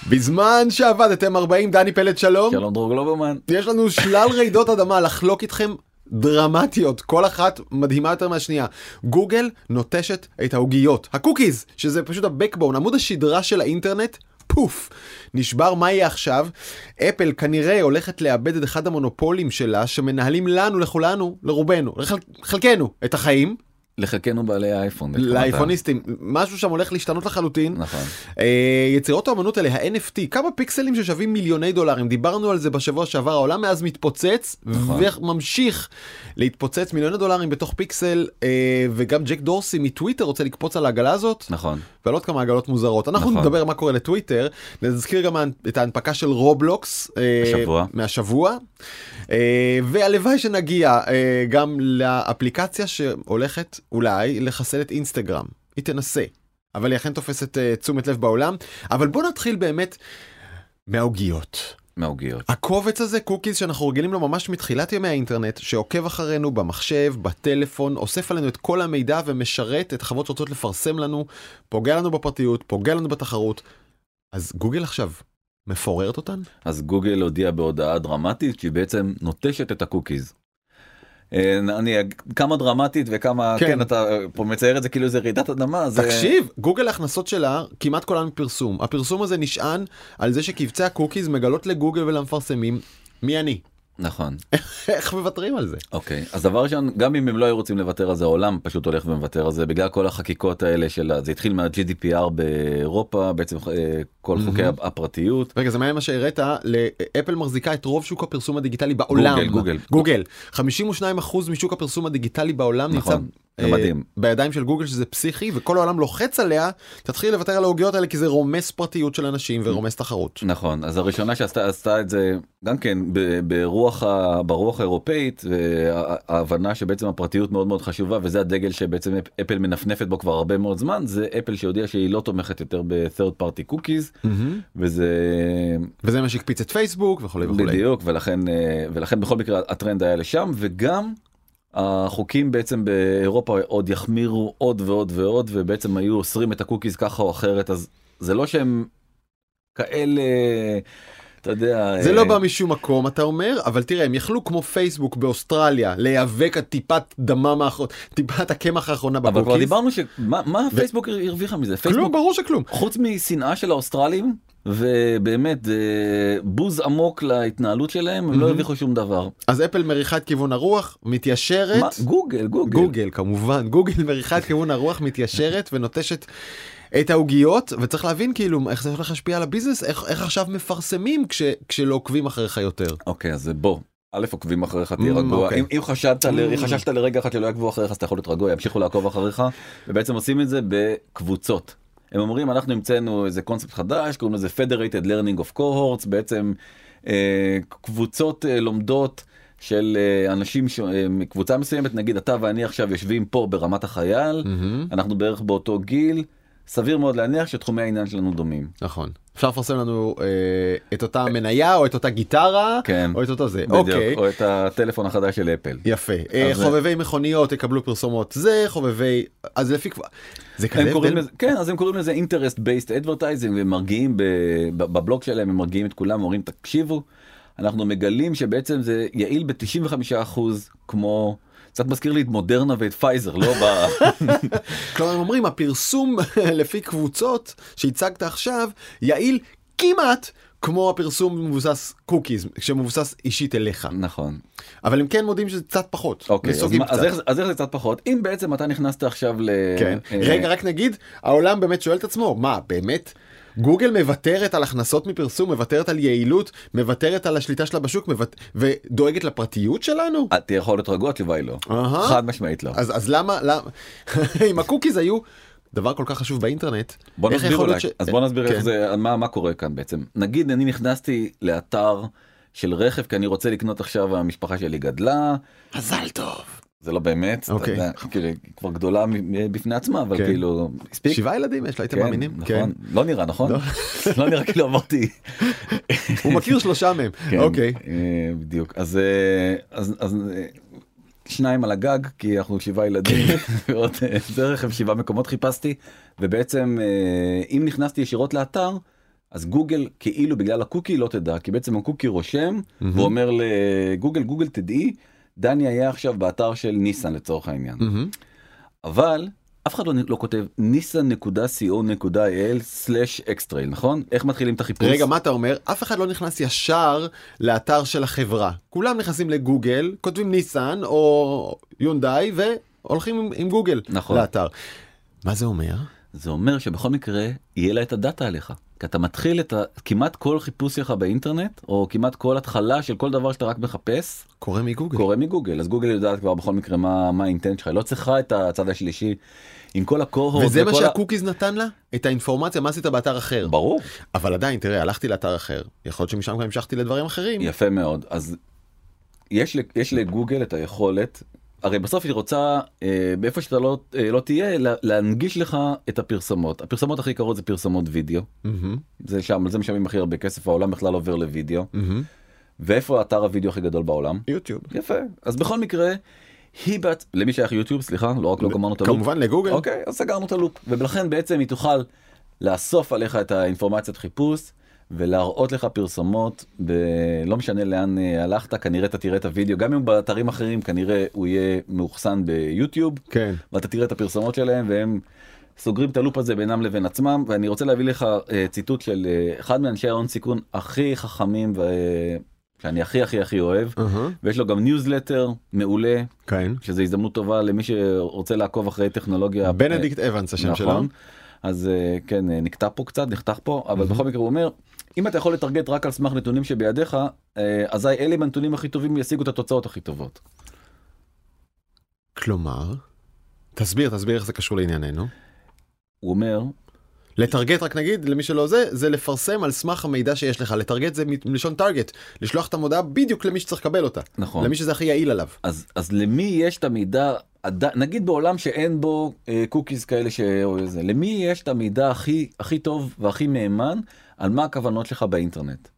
בזמן שעבדתם 40, דני פלד שלום. שלום דרור גלוברמן. יש לנו שלל רעידות אדמה לחלוק איתכם דרמטיות, כל אחת מדהימה יותר מהשנייה. גוגל נוטשת את העוגיות, הקוקיז, שזה פשוט הבקבון, עמוד השדרה של האינטרנט, פוף, נשבר. מה יהיה עכשיו? אפל כנראה הולכת לאבד את אחד המונופולים שלה, שמנהלים לנו, לכולנו, לרובנו, לחלקנו, את החיים. לחלקנו בעלי האייפון. לאייפוניסטים. משהו שם הולך להשתנות לחלוטין. נכון. יצירות האמנות האלה, ה-NFT, כמה פיקסלים ששווים מיליוני דולרים. דיברנו על זה בשבוע שעבר, העולם מאז מתפוצץ, וממשיך להתפוצץ מיליוני דולרים בתוך פיקסל, וגם ג'ק דורסי מטוויטר רוצה לקפוץ על העגלה הזאת. נכון. ועוד כמה עגלות מוזרות. אנחנו נדבר מה קורה לטוויטר, נזכיר גם את ההנפקה של רובלוקס מהשבוע, והלוואי שנגיע גם לאפליקציה שהולכת אולי לחסל את אינסטגרם. היא תנסה, אבל היא אכן תופסת תשומת לב בעולם. אבל בוא נתחיל באמת מהעוגיות. הקובץ הזה, קוקיז, שאנחנו רגילים לו ממש מתחילת ימי האינטרנט, שעוקב אחרינו במחשב, בטלפון, אוסף עלינו את כל המידע ומשרת את חברות שרוצות לפרסם לנו, פוגע לנו בפרטיות, פוגע לנו בתחרות. אז גוגל עכשיו מפוררת אותן? אז גוגל הודיע בהודעה דרמטית שהיא בעצם נוטשת את הקוקיז. כמה דרמטית וכמה, כן, אתה פה מצייר את זה כאילו זה רעידת אדמה. תקשיב, גוגל ההכנסות שלה כמעט כולן פרסום. הפרסום הזה נשען על זה שקבצי הקוקיז מגלות לגוגל ולמפרסמים מי אני. נכון. איך מוותרים על זה? אוקיי, אז דבר ראשון, גם אם הם לא היו רוצים לוותר על זה, העולם פשוט הולך ומוותר על זה, בגלל כל החקיקות האלה זה התחיל מה-GDPR באירופה, בעצם כל חוקי הפרטיות. רגע, זה מה שהראית, לאפל מחזיקה את רוב שוק הפרסום הדיגיטלי בעולם. גוגל. 52% משוק הפרסום הדיגיטלי בעולם נמצא בידיים של גוגל, שזה פסיכי, וכל העולם לוחץ עליה, תתחיל לוותר על העוגיות האלה, כי זה רומס פרטיות של אנשים ורומס תחרות. נכון, אז הראשונה שעשתה את זה, גם כן ברוח האירופאית, וההבנה שבעצם הפרטיות מאוד מאוד חשובה, וזה הדגל שבעצם אפל מנפנפת בו כבר הרבה מאוד זמן, זה אפל שהודיע שהיא לא תומכת יותר ב-third party cookies, וזה מה שהקפיץ את פייסבוק וכו' וכו'. בדיוק, ולכן בכל מקרה הטרנד היה לשם, וגם החוקים בעצם באירופה עוד יחמירו עוד ועוד ועוד, ובעצם היו אוסרים את הקוקיז ככה או אחרת, אז זה לא שהם כאלה, אתה יודע... זה לא בא משום מקום, אתה אומר, אבל תראה, הם יכלו כמו פייסבוק באוסטרליה, להיאבק את טיפת הקמח האחרונה בקוקיז. אבל כבר דיברנו מה פייסבוק הרוויחה מזה? כלום, ברור שכלום. חוץ משנאה של האוסטרלים, ובאמת בוז עמוק להתנהלות שלהם, הם לא הרוויחו שום דבר. אז אפל מריחה את כיוון הרוח, מתיישרת. גוגל, כמובן. גוגל מריחה את כיוון הרוח, מתיישרת ונוטשת את העוגיות, וצריך להבין כאילו איך זה הולך להשפיע על הביזנס, איך עכשיו מפרסמים כשלא עוקבים אחריך יותר. אוקיי, אז בוא. א', עוקבים אחריך, תהיה רגוע. אם חששת לרגע אחד שלא יעקבו אחריך, אז אתה יכול להיות רגוע, ימשיכו לעקוב אחריך, ובעצם עושים את זה בקבוצות. הם אומרים, אנחנו המצאנו איזה קונספט חדש, קוראים לזה Federated Learning of Cohorts, בעצם קבוצות לומדות של אנשים, קבוצה מסוימת, נגיד אתה ואני עכשיו יושבים פה ברמת החייל, אנחנו בערך באותו גיל, סביר מאוד להניח שתחומי העניין שלנו דומים. נכון. אפשר לפרסם לנו את אותה מניה, או את אותה גיטרה, או את אותו זה. בדיוק, או את הטלפון החדש של אפל. יפה. חובבי מכוניות יקבלו פרסומות. זה חובבי... אז לפי כבר... זה כזה הבדל? כן, אז הם קוראים לזה Interest-Based Advertising, והם מרגיעים בבלוג שלהם, הם מרגיעים את כולם, אומרים, תקשיבו, אנחנו מגלים שבעצם זה יעיל ב-95% כמו... קצת מזכיר לי את מודרנה ואת פייזר, לא ב... כלומר, הם אומרים, הפרסום לפי קבוצות שהצגת עכשיו, יעיל כמעט כמו הפרסום מבוסס קוקיז, שמבוסס אישית אליך. נכון. אבל הם כן מודים שזה קצת פחות. אוקיי, אז איך זה קצת פחות? אם בעצם אתה נכנסת עכשיו ל... כן. רגע, רק נגיד, העולם באמת שואל את עצמו, מה, באמת? גוגל מוותרת על הכנסות מפרסום, מוותרת על יעילות, מוותרת על השליטה שלה בשוק, ודואגת לפרטיות שלנו? אתה יכול להיות רגוע, תשובה היא לא. חד משמעית לא. אז למה, אם הקוקיז היו דבר כל כך חשוב באינטרנט, אז בוא נסביר איך זה, מה קורה כאן בעצם. נגיד, אני נכנסתי לאתר של רכב, כי אני רוצה לקנות עכשיו, המשפחה שלי גדלה. מזל טוב. זה לא באמת, כאילו, כבר גדולה בפני עצמה, אבל כאילו, הספיק. 7 ילדים יש לה, הייתם מאמינים? נכון, לא נראה, נכון? לא נראה כאילו עברתי. הוא מכיר 3 מהם, אוקיי. בדיוק, אז 2 על הגג, כי אנחנו 7 ילדים, זה רכב 7 מקומות חיפשתי, ובעצם, אם נכנסתי ישירות לאתר, אז גוגל כאילו בגלל הקוקי לא תדע, כי בעצם הקוקי רושם ואומר לגוגל, גוגל תדעי, דני היה עכשיו באתר של ניסן לצורך העניין. אבל אף אחד לא כותב nissan.co.il/xtrail, נכון? איך מתחילים את החיפוש? רגע, מה אתה אומר? אף אחד לא נכנס ישר לאתר של החברה. כולם נכנסים לגוגל, כותבים ניסן או יונדאי והולכים עם גוגל לאתר. מה זה אומר? זה אומר שבכל מקרה יהיה לה את הדאטה עליך. כי אתה מתחיל את כמעט כל חיפוש שלך באינטרנט, או כמעט כל התחלה של כל דבר שאתה רק מחפש. קורה מגוגל. קורה מגוגל. אז גוגל יודעת כבר בכל מקרה מה האינטנט שלך. היא לא צריכה את הצד השלישי עם כל הקוהורט. וזה מה שהקוקיז נתן לה? את האינפורמציה, מה עשית באתר אחר. ברור. אבל עדיין, תראה, הלכתי לאתר אחר. יכול להיות שמשם גם המשכתי לדברים אחרים. יפה מאוד. אז יש לגוגל את היכולת, הרי בסוף היא רוצה, באיפה שאתה לא תהיה, להנגיש לך את הפרסמות. הפרסמות הכי קרות זה פרסמות וידאו. זה שם, על זה משלמים הכי הרבה כסף, העולם בכלל עובר לוידאו. ואיפה האתר הוידאו הכי גדול בעולם? יוטיוב. יפה. אז בכל מקרה, למי שייך יוטיוב, סליחה, לא רק לא גמרנו את הלופ. כמובן לגוגל. אוקיי, אז סגרנו את הלופ. ולכן בעצם היא תוכל לאסוף עליך את האינפורמציית חיפוש, ולהראות לך פרסומות, לא משנה לאן הלכת, כנראה אתה תראה את הוידאו, גם אם באתרים אחרים כנראה הוא יהיה מאוחסן ביוטיוב, כן. ואתה תראה את הפרסומות שלהם, והם סוגרים את הלופ הזה בינם לבין עצמם, ואני רוצה להביא לך ציטוט של אחד מאנשי ההון סיכון הכי חכמים, שאני הכי אוהב, ויש לו גם ניוזלטר מעולה, כן. שזה הזדמנות טובה למי שרוצה לעקוב אחרי טכנולוגיה. בנדיקט אבנס השם שלו. אז כן, נחתך פה, אבל בכל מקרה הוא אומר, אם אתה יכול לטרגט רק על סמך נתונים שבידיך, אזי אלה עם הנתונים הכי טובים ישיגו את התוצאות הכי טובות. כלומר, תסביר איך זה קשור לענייננו. הוא אומר, לטרגט, רק נגיד, למי שלא זה לפרסם על סמך המידע שיש לך. לטרגט זה מלשון טרגט, לשלוח את המודעה בדיוק למי שצריך לקבל אותה. נכון. למי שזה הכי יעיל עליו. אז למי יש את המידע, נגיד בעולם שאין בו קוקיז כאלה למי יש את המידע הכי טוב והכי מהימן, על מה הכוונות שלך באינטרנט?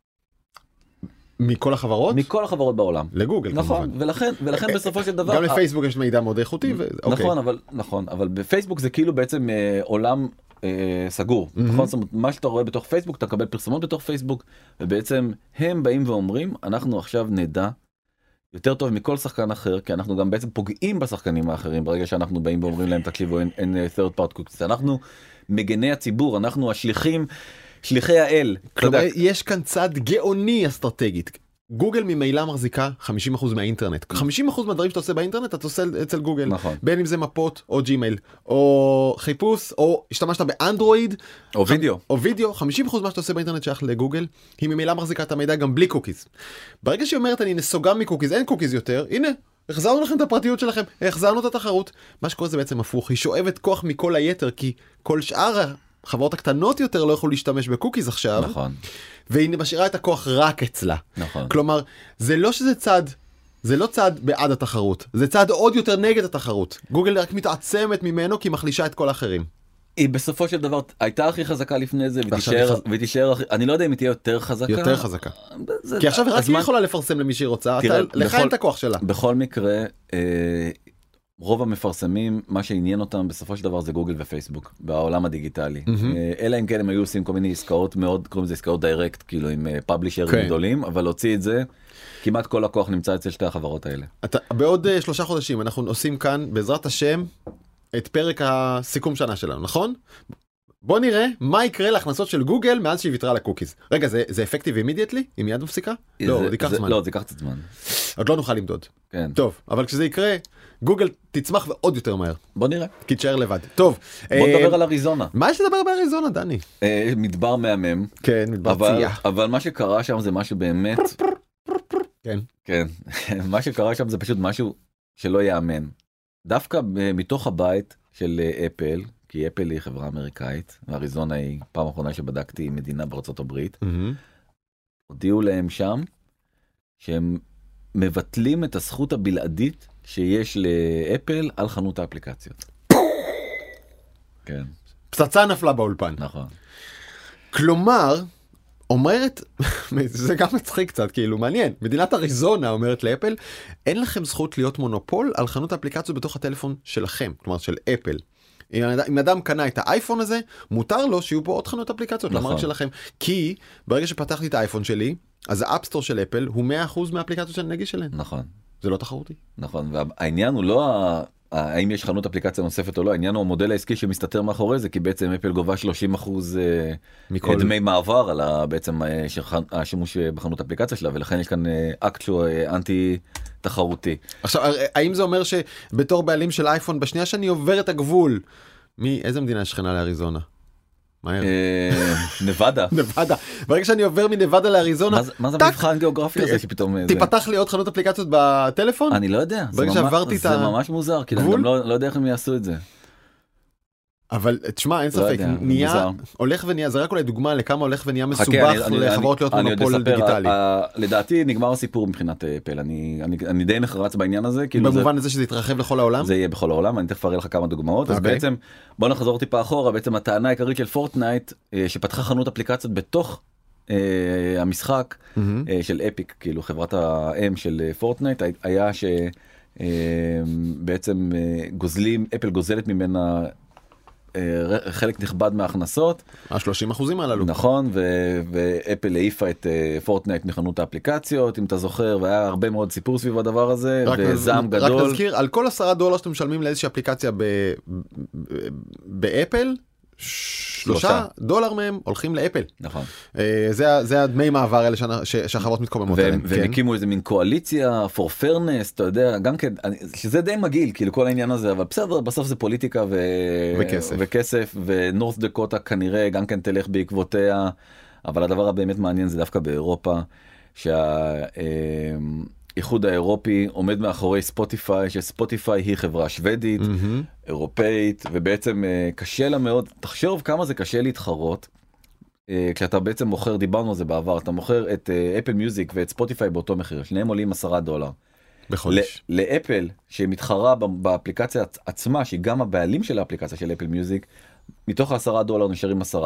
מכל החברות? מכל החברות בעולם. לגוגל, נכון, כמובן. ולכן בסופו של דבר... גם לפייסבוק יש מידע מאוד איכותי. נכון, אבל בפייסבוק זה כאילו בעצם עולם סגור. נכון? זאת אומרת, מה שאתה רואה בתוך פייסבוק, אתה מקבל פרסומות בתוך פייסבוק, ובעצם הם באים ואומרים, אנחנו עכשיו נדע יותר טוב מכל שחקן אחר, כי אנחנו גם בעצם פוגעים בשחקנים האחרים, ברגע שאנחנו באים ואומרים להם, תקשיבו, אין third part cookies. אנחנו מגני הציבור, אנחנו שליחי האל. כלומר, יש כאן צד גאוני אסטרטגית. גוגל ממילא מחזיקה 50% מהאינטרנט. 50% מהדברים שאתה עושה באינטרנט, אתה עושה אצל גוגל. נכון. בין אם זה מפות, או ג'ימייל, או חיפוש, או השתמשת באנדרואיד. או וידאו. או וידאו, 50% מה שאתה עושה באינטרנט שייך לגוגל, היא ממילא מחזיקה את המידע גם בלי קוקיז. ברגע שהיא אומרת, אני נסוגה מקוקיז, אין קוקיז יותר, הנה, החזרנו לכם את הפרטיות שלכם, החזרנו את התחרות. מה שקורה זה בעצם הפוך, היא שואבת כוח מכל היתר, כי כל שאר החברות הקטנות יותר לא יכולו להשתמש בקוקיז עכשיו. נכון. והיא משאירה את הכוח רק אצלה. נכון. כלומר, זה לא שזה צד, זה לא צד בעד התחרות, זה צד עוד יותר נגד התחרות. גוגל רק מתעצמת ממנו כי היא מחלישה את כל האחרים. היא בסופו של דבר הייתה הכי חזקה לפני זה, ותישאר, אני לא יודע אם היא תהיה יותר חזקה. יותר חזקה. כי עכשיו רק היא יכולה לפרסם למי שהיא רוצה, לך אין את הכוח שלה. בכל מקרה, רוב המפרסמים, מה שעניין אותם בסופו של דבר זה גוגל ופייסבוק, בעולם הדיגיטלי. אלא אם כן הם היו עושים כל מיני עסקאות מאוד, קוראים לזה עסקאות דיירקט, כאילו עם פאבלישרים גדולים, אבל להוציא את זה, כמעט כל הכוח נמצא אצל שתי החברות האלה. בעוד 3 חודשים אנחנו עושים כאן, בעזרת השם, את פרק הסיכום שנה שלנו, נכון? בוא נראה מה יקרה להכנסות של גוגל מאז שהיא ויתרה לקוקיז. רגע, זה אפקטיב אימידיאטלי? היא מיד מפסיקה? לא, זה ייקח זמן. לא, זה ייקח קצת זמן. עוד לא נוכל למדוד. כן. טוב, אבל כשזה יקרה, גוגל תצמח ועוד יותר מהר. בוא נראה. כי תשאר לבד. טוב. בוא נדבר על אריזונה. מה יש לדבר באריזונה, דני? מדבר מהמם. כן, מדבר צייה. אבל מה שקרה שם זה משהו באמת... כן. כן. מה שקרה שם זה פשוט משהו שלא יאמן. דווקא מתוך הבית של אפל, כי אפל היא חברה אמריקאית, ואריזונה היא פעם האחרונה שבדקתי מדינה בארצות הברית, הודיעו להם שם שהם מבטלים את הזכות הבלעדית שיש לאפל על חנות האפליקציות. כן. פצצה נפלה באולפן. נכון. כלומר, אומרת, זה גם מצחיק קצת, כאילו מעניין, מדינת אריזונה אומרת לאפל, אין לכם זכות להיות מונופול על חנות האפליקציות בתוך הטלפון שלכם, כלומר של אפל. אם אדם קנה את האייפון הזה, מותר לו שיהיו פה עוד חנות אפליקציות, נכון. למרק שלכם. כי ברגע שפתחתי את האייפון שלי, אז האפסטור של אפל הוא 100% מהאפליקציות שאני נגיש אליהן. נכון. זה לא תחרותי. נכון, והעניין הוא לא האם יש חנות אפליקציה נוספת או לא, העניין הוא המודל העסקי שמסתתר מאחורי זה, כי בעצם אפל גובה 30% דמי מעבר על בעצם השימוש בחנות אפליקציה שלה, ולכן יש כאן אקט שהוא אנטי תחרותי. עכשיו, האם זה אומר שבתור בעלים של אייפון, בשנייה שאני עובר את הגבול, מאיזה מדינה שכנה לאריזונה? מהר. נבדה. נבדה. ברגע שאני עובר מנבדה לאריזונה, מה זה המבחן גיאוגרפי הזה שפתאום... תיפתח לי עוד חנות אפליקציות בטלפון? אני לא יודע. ברגע שעברתי את הגבול? זה ממש מוזר, כי אני גם לא יודע איך הם יעשו את זה. אבל תשמע, אין ספק, נהיה, הולך ונהיה, זה רק אולי דוגמה לכמה הולך ונהיה מסובך לחברות להיות מונופול דיגיטלי. לדעתי נגמר הסיפור מבחינת אפל, אני די נחרץ בעניין הזה. במובן הזה שזה יתרחב לכל העולם? זה יהיה בכל העולם, אני תכף אראה לך כמה דוגמאות. אז בעצם, בוא נחזור טיפה אחורה, בעצם הטענה העיקרית של פורטנייט, שפתחה חנות אפליקציות בתוך המשחק של אפיק, כאילו חברת האם של פורטנייט, היה שבעצם אפל גוזלת ממנה חלק נכבד מההכנסות. 30% הללו. נכון, ואפל העיפה את פורטנייט מחנות האפליקציות, אם אתה זוכר, והיה הרבה מאוד סיפור סביב הדבר הזה, וזעם גדול. רק נזכיר, על כל $10 שאתם משלמים לאיזושהי אפליקציה באפל, $3 מהם הולכים לאפל. נכון. זה הדמי מעבר האלה שהחברות מתקוממות עליהם. והם הקימו איזה מין קואליציה, for fairness, אתה יודע, גם כן, שזה די מגעיל, כאילו כל העניין הזה, אבל בסדר, בסוף זה פוליטיקה וכסף, ונורת' דקוטה כנראה גם כן תלך בעקבותיה, אבל הדבר הבאמת מעניין זה דווקא באירופה, האיחוד האירופי עומד מאחורי ספוטיפיי, שספוטיפיי היא חברה שוודית, אירופאית, ובעצם קשה לה מאוד, תחשוב כמה זה קשה להתחרות, כשאתה בעצם מוכר, דיברנו על זה בעבר, אתה מוכר את אפל מיוזיק ואת ספוטיפיי באותו מחיר, שניהם עולים $10. בחודש. לאפל, שמתחרה באפליקציה עצמה, שהיא גם הבעלים של האפליקציה של אפל מיוזיק, מתוך $10 נשארים $10,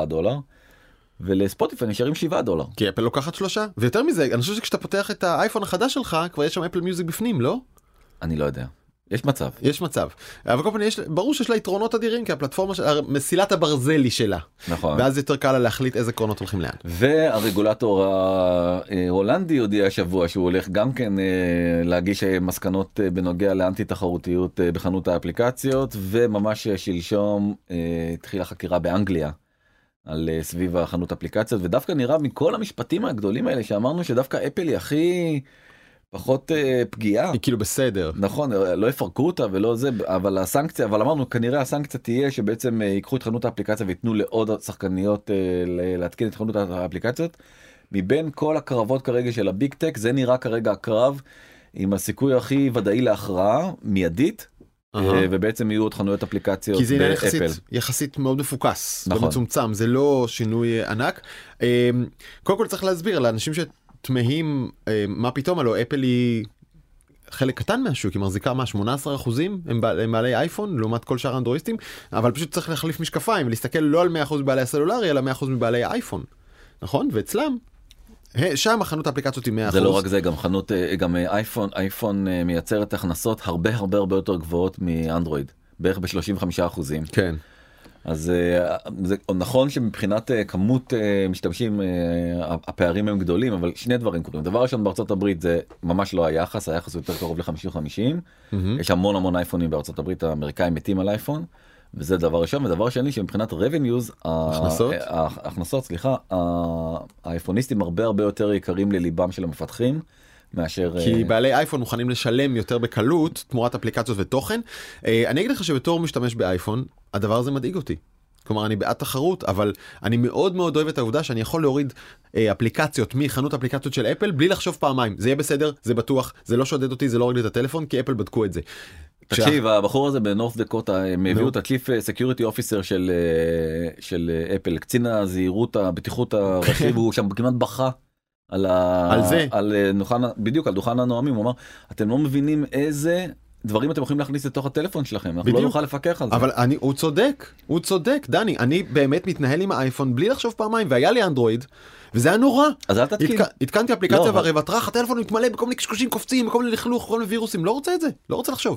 ולספוטיפיי נשארים $7. כי אפל לוקחת 3, ויותר מזה, אני חושב שכשאתה פותח את האייפון החדש שלך, כבר יש שם אפל מיוזיק בפנים, לא? אני לא יודע. יש מצב. יש מצב. אבל כל פעם, ברור שיש לה יתרונות אדירים, כי הפלטפורמה, מסילת הברזלי שלה. נכון. ואז יותר קל לה להחליט איזה קרונות הולכים לאן. והרגולטור ההולנדי הודיע השבוע שהוא הולך גם כן להגיש מסקנות בנוגע לאנטי תחרותיות בחנות האפליקציות, וממש שלשום התחילה חקירה באנגליה על סביב החנות אפליקציות, ודווקא נראה מכל המשפטים הגדולים האלה שאמרנו שדווקא אפל היא הכי פחות פגיעה. היא כאילו בסדר. נכון, לא יפרקו אותה ולא זה, אבל הסנקציה, אבל אמרנו כנראה הסנקציה תהיה שבעצם ייקחו את חנות האפליקציה ויתנו לעוד שחקניות להתקין את חנות האפליקציות. מבין כל הקרבות כרגע של הביג טק, זה נראה כרגע הקרב עם הסיכוי הכי ודאי להכרעה, מיידית, ובעצם יהיו עוד חנויות אפליקציות באפל. כי זה יחסית מאוד מפוקס, ומצומצם, זה לא שינוי ענק. קודם כל צריך להסביר לאנשים שתמהים מה פתאום, הלוא אפל היא חלק קטן מהשוק, היא מחזיקה 18% הם בעלי אייפון, לעומת כל שאר האנדרואיסטים, אבל פשוט צריך להחליף משקפיים, ולהסתכל לא על 100% מבעלי הסלולרי, אלא 100% מבעלי האייפון. נכון? ואצלם, שם החנות האפליקציות היא 100%. זה לא רק זה, גם אייפון מייצרת הכנסות הרבה יותר גבוהות מאנדרואיד, בערך ב-35%. כן. אז זה נכון שמבחינת כמות משתמשים הפערים הם גדולים, אבל שני דברים קורים. דבר ראשון, בארצות הברית זה ממש לא היחס, היחס הוא יותר קרוב ל-50-50. יש המון אייפונים בארצות הברית, האמריקאים מתים על אייפון, וזה דבר ראשון. ודבר שני, שמבחינת revenues, ההכנסות, האייפוניסטים הרבה יותר יקרים לליבם של המפתחים, מאשר... כי בעלי אייפון מוכנים לשלם יותר בקלות תמורת אפליקציות ותוכן. אני אגיד לך שבתור משתמש באייפון, הדבר הזה מדאיג אותי. כלומר, אני בעד תחרות, אבל אני מאוד אוהב את העובדה שאני יכול להוריד אפליקציות מחנות אפליקציות של אפל, בלי לחשוב פעמיים. זה יהיה בסדר, זה בטוח, זה לא שודד אותי, זה לא הוריד את הטלפון, כי אפל בדקו את זה. תקשיב, הבחור הזה בנורת' דקוטה, הם הביאו את ה-Chief Security Officer של אפל, קצין הזהירות, הבטיחות הראשי, והוא שם כמעט בכה. על זה? בדיוק, על דוכן הנואמים, הוא אמר, אתם לא מבינים איזה דברים אתם יכולים להכניס לתוך הטלפון שלכם, אנחנו לא נוכל לפקח על זה. אבל הוא צודק, דני, אני באמת מתנהל עם האייפון בלי לחשוב פעמיים, והיה לי אנדרואיד, וזה היה נורא. אז אל תתקין. התקנתי אפליקציה והרי בטרח, הטלפון מתמלא בכל מיני קשקושים קופצים, בכל מיני לכלוך, בכל מיני וירוסים, לא רוצה את זה, לא רוצה לחשוב.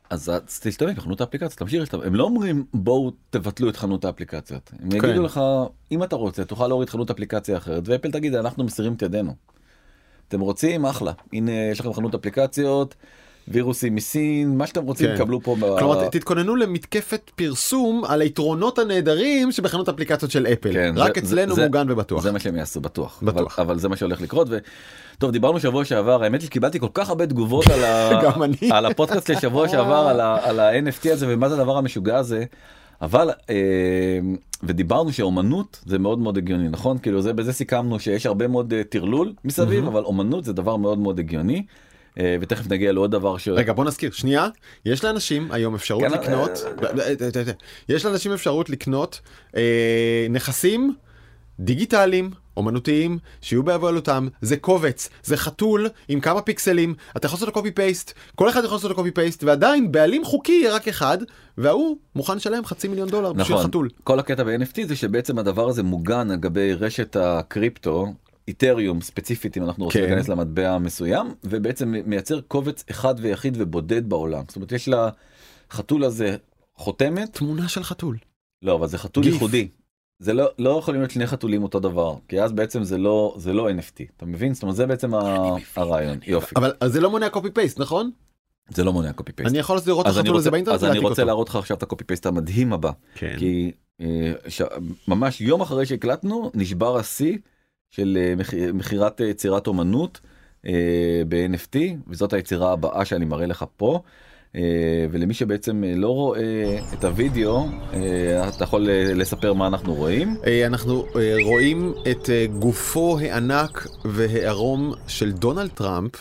אז תשתמש בחנות האפליקציות, תמשיך להשתמש. הם לא אומרים בואו תבטלו את חנות האפליקציות. הם יגידו לך, אם אתה רוצה, תוכל להוריד חנות אפליקציה אחרת, ואפל תגיד, אנחנו מסירים את ידינו. אתם רוצים? אחלה. הנה, יש לכם חנות אפליקציות, וירוסים מסין, מה שאתם רוצים, קבלו פה. כלומר, תתכוננו למתקפת פרסום על היתרונות הנהדרים שבחנות אפליקציות של אפל. רק אצלנו מוגן ובטוח. זה מה שהם יעשו, בטוח. אבל זה מה שהולך לקרות. טוב, דיברנו שבוע שעבר, האמת היא שקיבלתי כל כך הרבה תגובות על הפודקאסט של שבוע שעבר, על ה-NFT הזה, ומה זה הדבר המשוגע הזה. אבל, ודיברנו שאומנות זה מאוד מאוד הגיוני, נכון? כאילו בזה סיכמנו שיש הרבה מאוד תרלול מסביב, אבל אומנות זה דבר מאוד מאוד הגיוני. ותכף נגיע לעוד דבר רגע, בוא נזכיר, שנייה, יש לאנשים היום אפשרות לקנות, יש לאנשים אפשרות לקנות נכסים דיגיטליים, אומנותיים, שיהיו בעבודתם, זה קובץ, זה חתול עם כמה פיקסלים, אתה יכול לעשות לו קופי פייסט, כל אחד יכול לעשות לו קופי פייסט, ועדיין בעלים חוקי יהיה רק אחד, והוא מוכן לשלם $500,000 בשביל חתול. כל הקטע ב-NFT זה שבעצם הדבר הזה מוגן על גבי רשת הקריפטו, איתריום ספציפית אם אנחנו רוצים להיכנס למטבע מסוים, ובעצם מייצר קובץ אחד ויחיד ובודד בעולם. זאת אומרת, יש לחתול הזה חותמת. תמונה של חתול. לא, אבל זה חתול ייחודי. זה לא יכולים להיות שני חתולים אותו דבר, כי אז בעצם זה לא NFT. אתה מבין? זאת אומרת, זה בעצם הרעיון. יופי. אבל זה לא מונע קופי פייסט, נכון? זה לא מונע קופי פייסט. אני יכול לראות את החתול הזה באינטרנט. אז אני רוצה להראות לך עכשיו את הקופי פייסט המדהים הבא. כי ממש יום אחרי שהקלטנו, נשבר השיא של מחירת יצירת אומנות ב-NFT, וזאת היצירה הבאה שאני מראה לך פה. ולמי שבעצם לא רואה את הוידאו, אתה יכול לספר מה אנחנו רואים. אנחנו רואים את גופו הענק והערום של דונלד טראמפ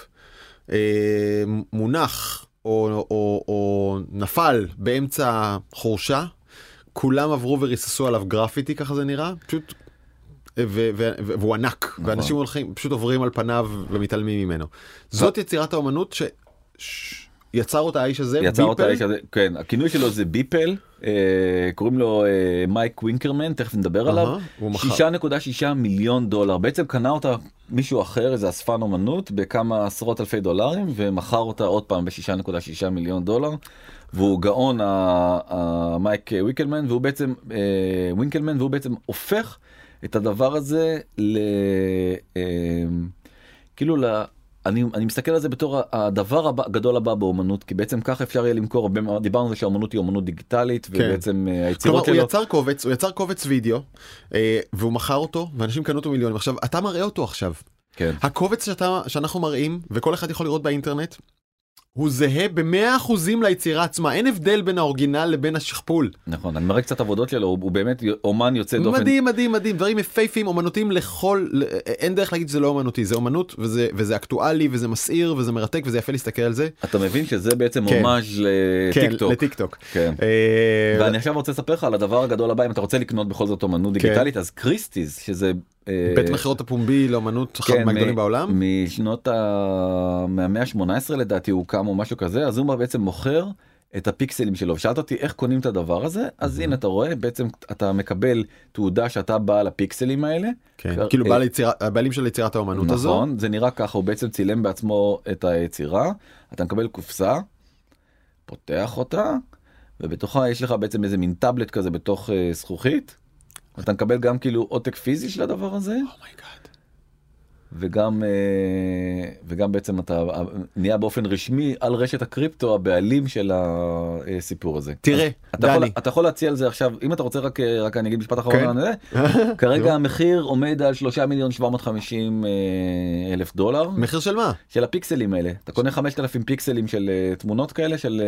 מונח או נפל באמצע חורשה. כולם עברו וריססו עליו גרפיטי, ככה זה נראה. פשוט והוא ענק, ואנשים הולכים, פשוט עוברים על פניו ומתעלמים ממנו. זאת יצירת האומנות שיצר אותה האיש הזה, ביפל. כן, הכינוי שלו זה ביפל, קוראים לו מייק ווינקרמן, תכף נדבר עליו. $6.6 מיליון. בעצם קנה אותה מישהו אחר, איזה אספן אומנות, בכמה עשרות אלפי דולרים, ומכר אותה עוד פעם $6.6 מיליון. והוא גאון, מייק ווינקלמן, והוא בעצם הופך את הדבר הזה כאילו אני מסתכל על זה בתור הדבר הגדול הבא באומנות, כי בעצם ככה אפשר יהיה למכור, דיברנו על זה שהאומנות היא אומנות דיגיטלית, ובעצם היצירות שלו. הוא יצר קובץ וידאו, והוא מכר אותו, ואנשים קנו אותו מיליונים. עכשיו, אתה מראה אותו עכשיו. הקובץ שאנחנו מראים, וכל אחד יכול לראות באינטרנט, הוא זהה ב100% ליצירה עצמה, אין הבדל בין האורגינל לבין השכפול. נכון, אני מראה קצת עבודות שלו, הוא באמת אומן יוצא דופן. מדהים, מדהים, מדהים, דברים יפהפיים, אומנותיים לכל, אין דרך להגיד שזה לא אומנותי, זה אומנות, וזה אקטואלי, וזה מסעיר, וזה מרתק, וזה יפה להסתכל על זה. אתה מבין שזה בעצם הומאז' לטיקטוק. כן, לטיקטוק. כן. ואני עכשיו רוצה לספר לך על הדבר הגדול הבא, אם אתה רוצה לקנות בכל זאת אומנות דיגיטלית, אז קריסטיז, שזה בית מכירות הפומבי לאומנות, אחד מהגדולים בעולם. משנות מהמאה ה-18 לדעתי הוא קם או משהו כזה, אז הוא בעצם מוכר את הפיקסלים שלו. ושאלת אותי איך קונים את הדבר הזה, אז הנה אתה רואה, בעצם אתה מקבל תעודה שאתה בעל הפיקסלים האלה. כאילו הבעלים של יצירת האומנות הזו. נכון, זה נראה ככה, הוא בעצם צילם בעצמו את היצירה, אתה מקבל קופסה, פותח אותה, ובתוכה יש לך בעצם איזה מין טאבלט כזה בתוך זכוכית. אתה מקבל גם כאילו עותק פיזי של הדבר הזה. אומייגאד. וגם בעצם אתה נהיה באופן רשמי על רשת הקריפטו הבעלים של הסיפור הזה. תראה, דני. אתה יכול להציע על זה עכשיו, אם אתה רוצה רק אני אגיד משפט אחרון. כרגע המחיר עומד על $3,750,000. מחיר של מה? של הפיקסלים האלה. אתה קונה 5,000 פיקסלים של תמונות כאלה, של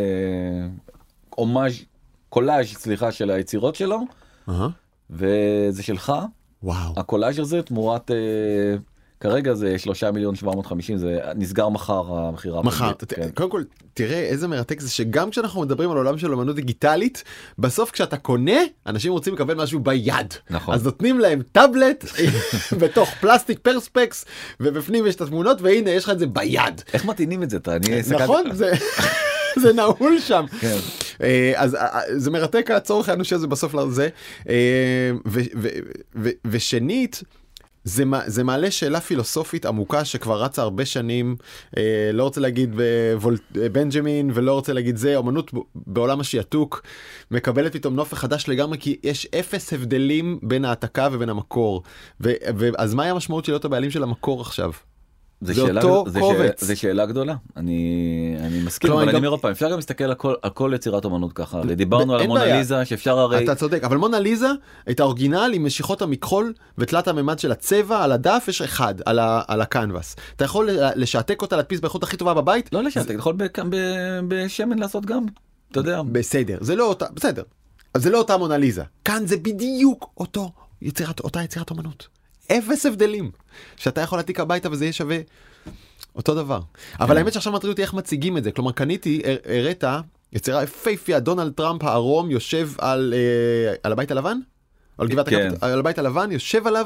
קולאז' סליחה, של היצירות שלו. וזה שלך. וואו. הקולאז' הזה תמורת כרגע זה 3,750,000, זה נסגר מחר המחירה. מחר. קודם כל, תראה איזה מרתק זה שגם כשאנחנו מדברים על עולם של אומנות דיגיטלית, בסוף כשאתה קונה, אנשים רוצים לקבל משהו ביד. נכון. אז נותנים להם טאבלט בתוך פלסטיק פרספקס, ובפנים יש את התמונות, והנה יש לך את זה ביד. איך מתאינים את זה? נכון, זה נעול שם. אז זה מרתק הצורך האנושי הזה בסוף לזה. ושנית, זה מעלה שאלה פילוסופית עמוקה שכבר רצה הרבה שנים, לא רוצה להגיד בנג'מין ולא רוצה להגיד זה, אומנות בעולם השיעתוק מקבלת פתאום נופך חדש לגמרי, כי יש אפס הבדלים בין העתקה ובין המקור. אז מהי המשמעות של להיות הבעלים של המקור עכשיו? זה אותו קובץ. זה שאלה גדולה, אני מסכים, אבל אני אומר עוד פעם, אפשר גם להסתכל על כל יצירת אומנות ככה, דיברנו על מונליזה שאפשר הרי... אתה צודק, אבל מונליזה הייתה אורגינל עם משיכות המכחול ותלת הממד של הצבע, על הדף יש אחד, על הקנבס. אתה יכול לשעתק אותה, להדפיס באיכות הכי טובה בבית? לא לשעתק, אתה יכול בשמן לעשות גם, אתה יודע. בסדר, זה לא אותה, בסדר. אז זה לא אותה מונליזה. כאן זה בדיוק אותה יצירת אומנות. אפס הבדלים, שאתה יכול להעתיק הביתה וזה יהיה שווה אותו דבר. אבל האמת שעכשיו מטריד אותי איך מציגים את זה. כלומר, קניתי, הראת יצירה יפהפייה, דונלד טראמפ הערום יושב על הבית הלבן? על גבעת הקפיטול, על הבית הלבן, יושב עליו,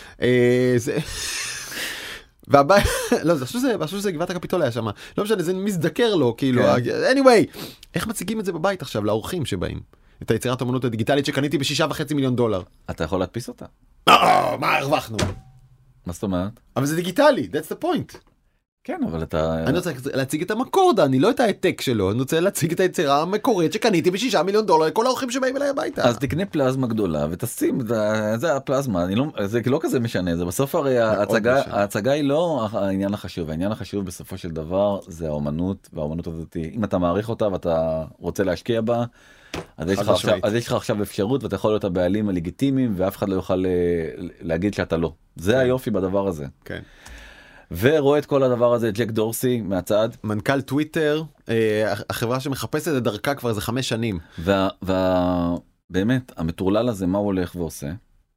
והבית, לא, אני חושב שזה גבעת הקפיטול היה שם, לא משנה, זה מזדקר לו, כאילו, anyway, איך מציגים את זה בבית עכשיו, לאורחים שבאים? את היצירת האמנות הדיגיטלית שקניתי $6.5 מיליון. אתה יכול להדפיס אותה. מה הרווחנו? מה זאת אומרת? אבל זה דיגיטלי, that's the point. כן, אבל אתה... אני רוצה להציג את המקור, דני, לא את העתק שלו, אני רוצה להציג את היצירה המקורית שקניתי $6 מיליון, כל האורחים שבאים אליי הביתה. אז תקנה פלזמה גדולה ותשים, זה הפלזמה, זה לא כזה משנה, זה בסוף הרי ההצגה היא לא העניין החשוב, העניין החשוב בסופו של דבר זה האומנות, והאומנות הזאת, אם אתה מעריך אותה ואתה רוצה להשקיע בה, אז יש לך עכשיו אפשרות ואתה יכול להיות הבעלים הלגיטימיים ואף אחד לא יוכל להגיד שאתה לא. זה היופי בדבר הזה. כן. ורואה את כל הדבר הזה ג'ק דורסי מהצד. מנכ"ל טוויטר, החברה שמחפשת את דרכה כבר זה 5 שנים. ובאמת, המטורלל הזה, מה הוא הולך ועושה?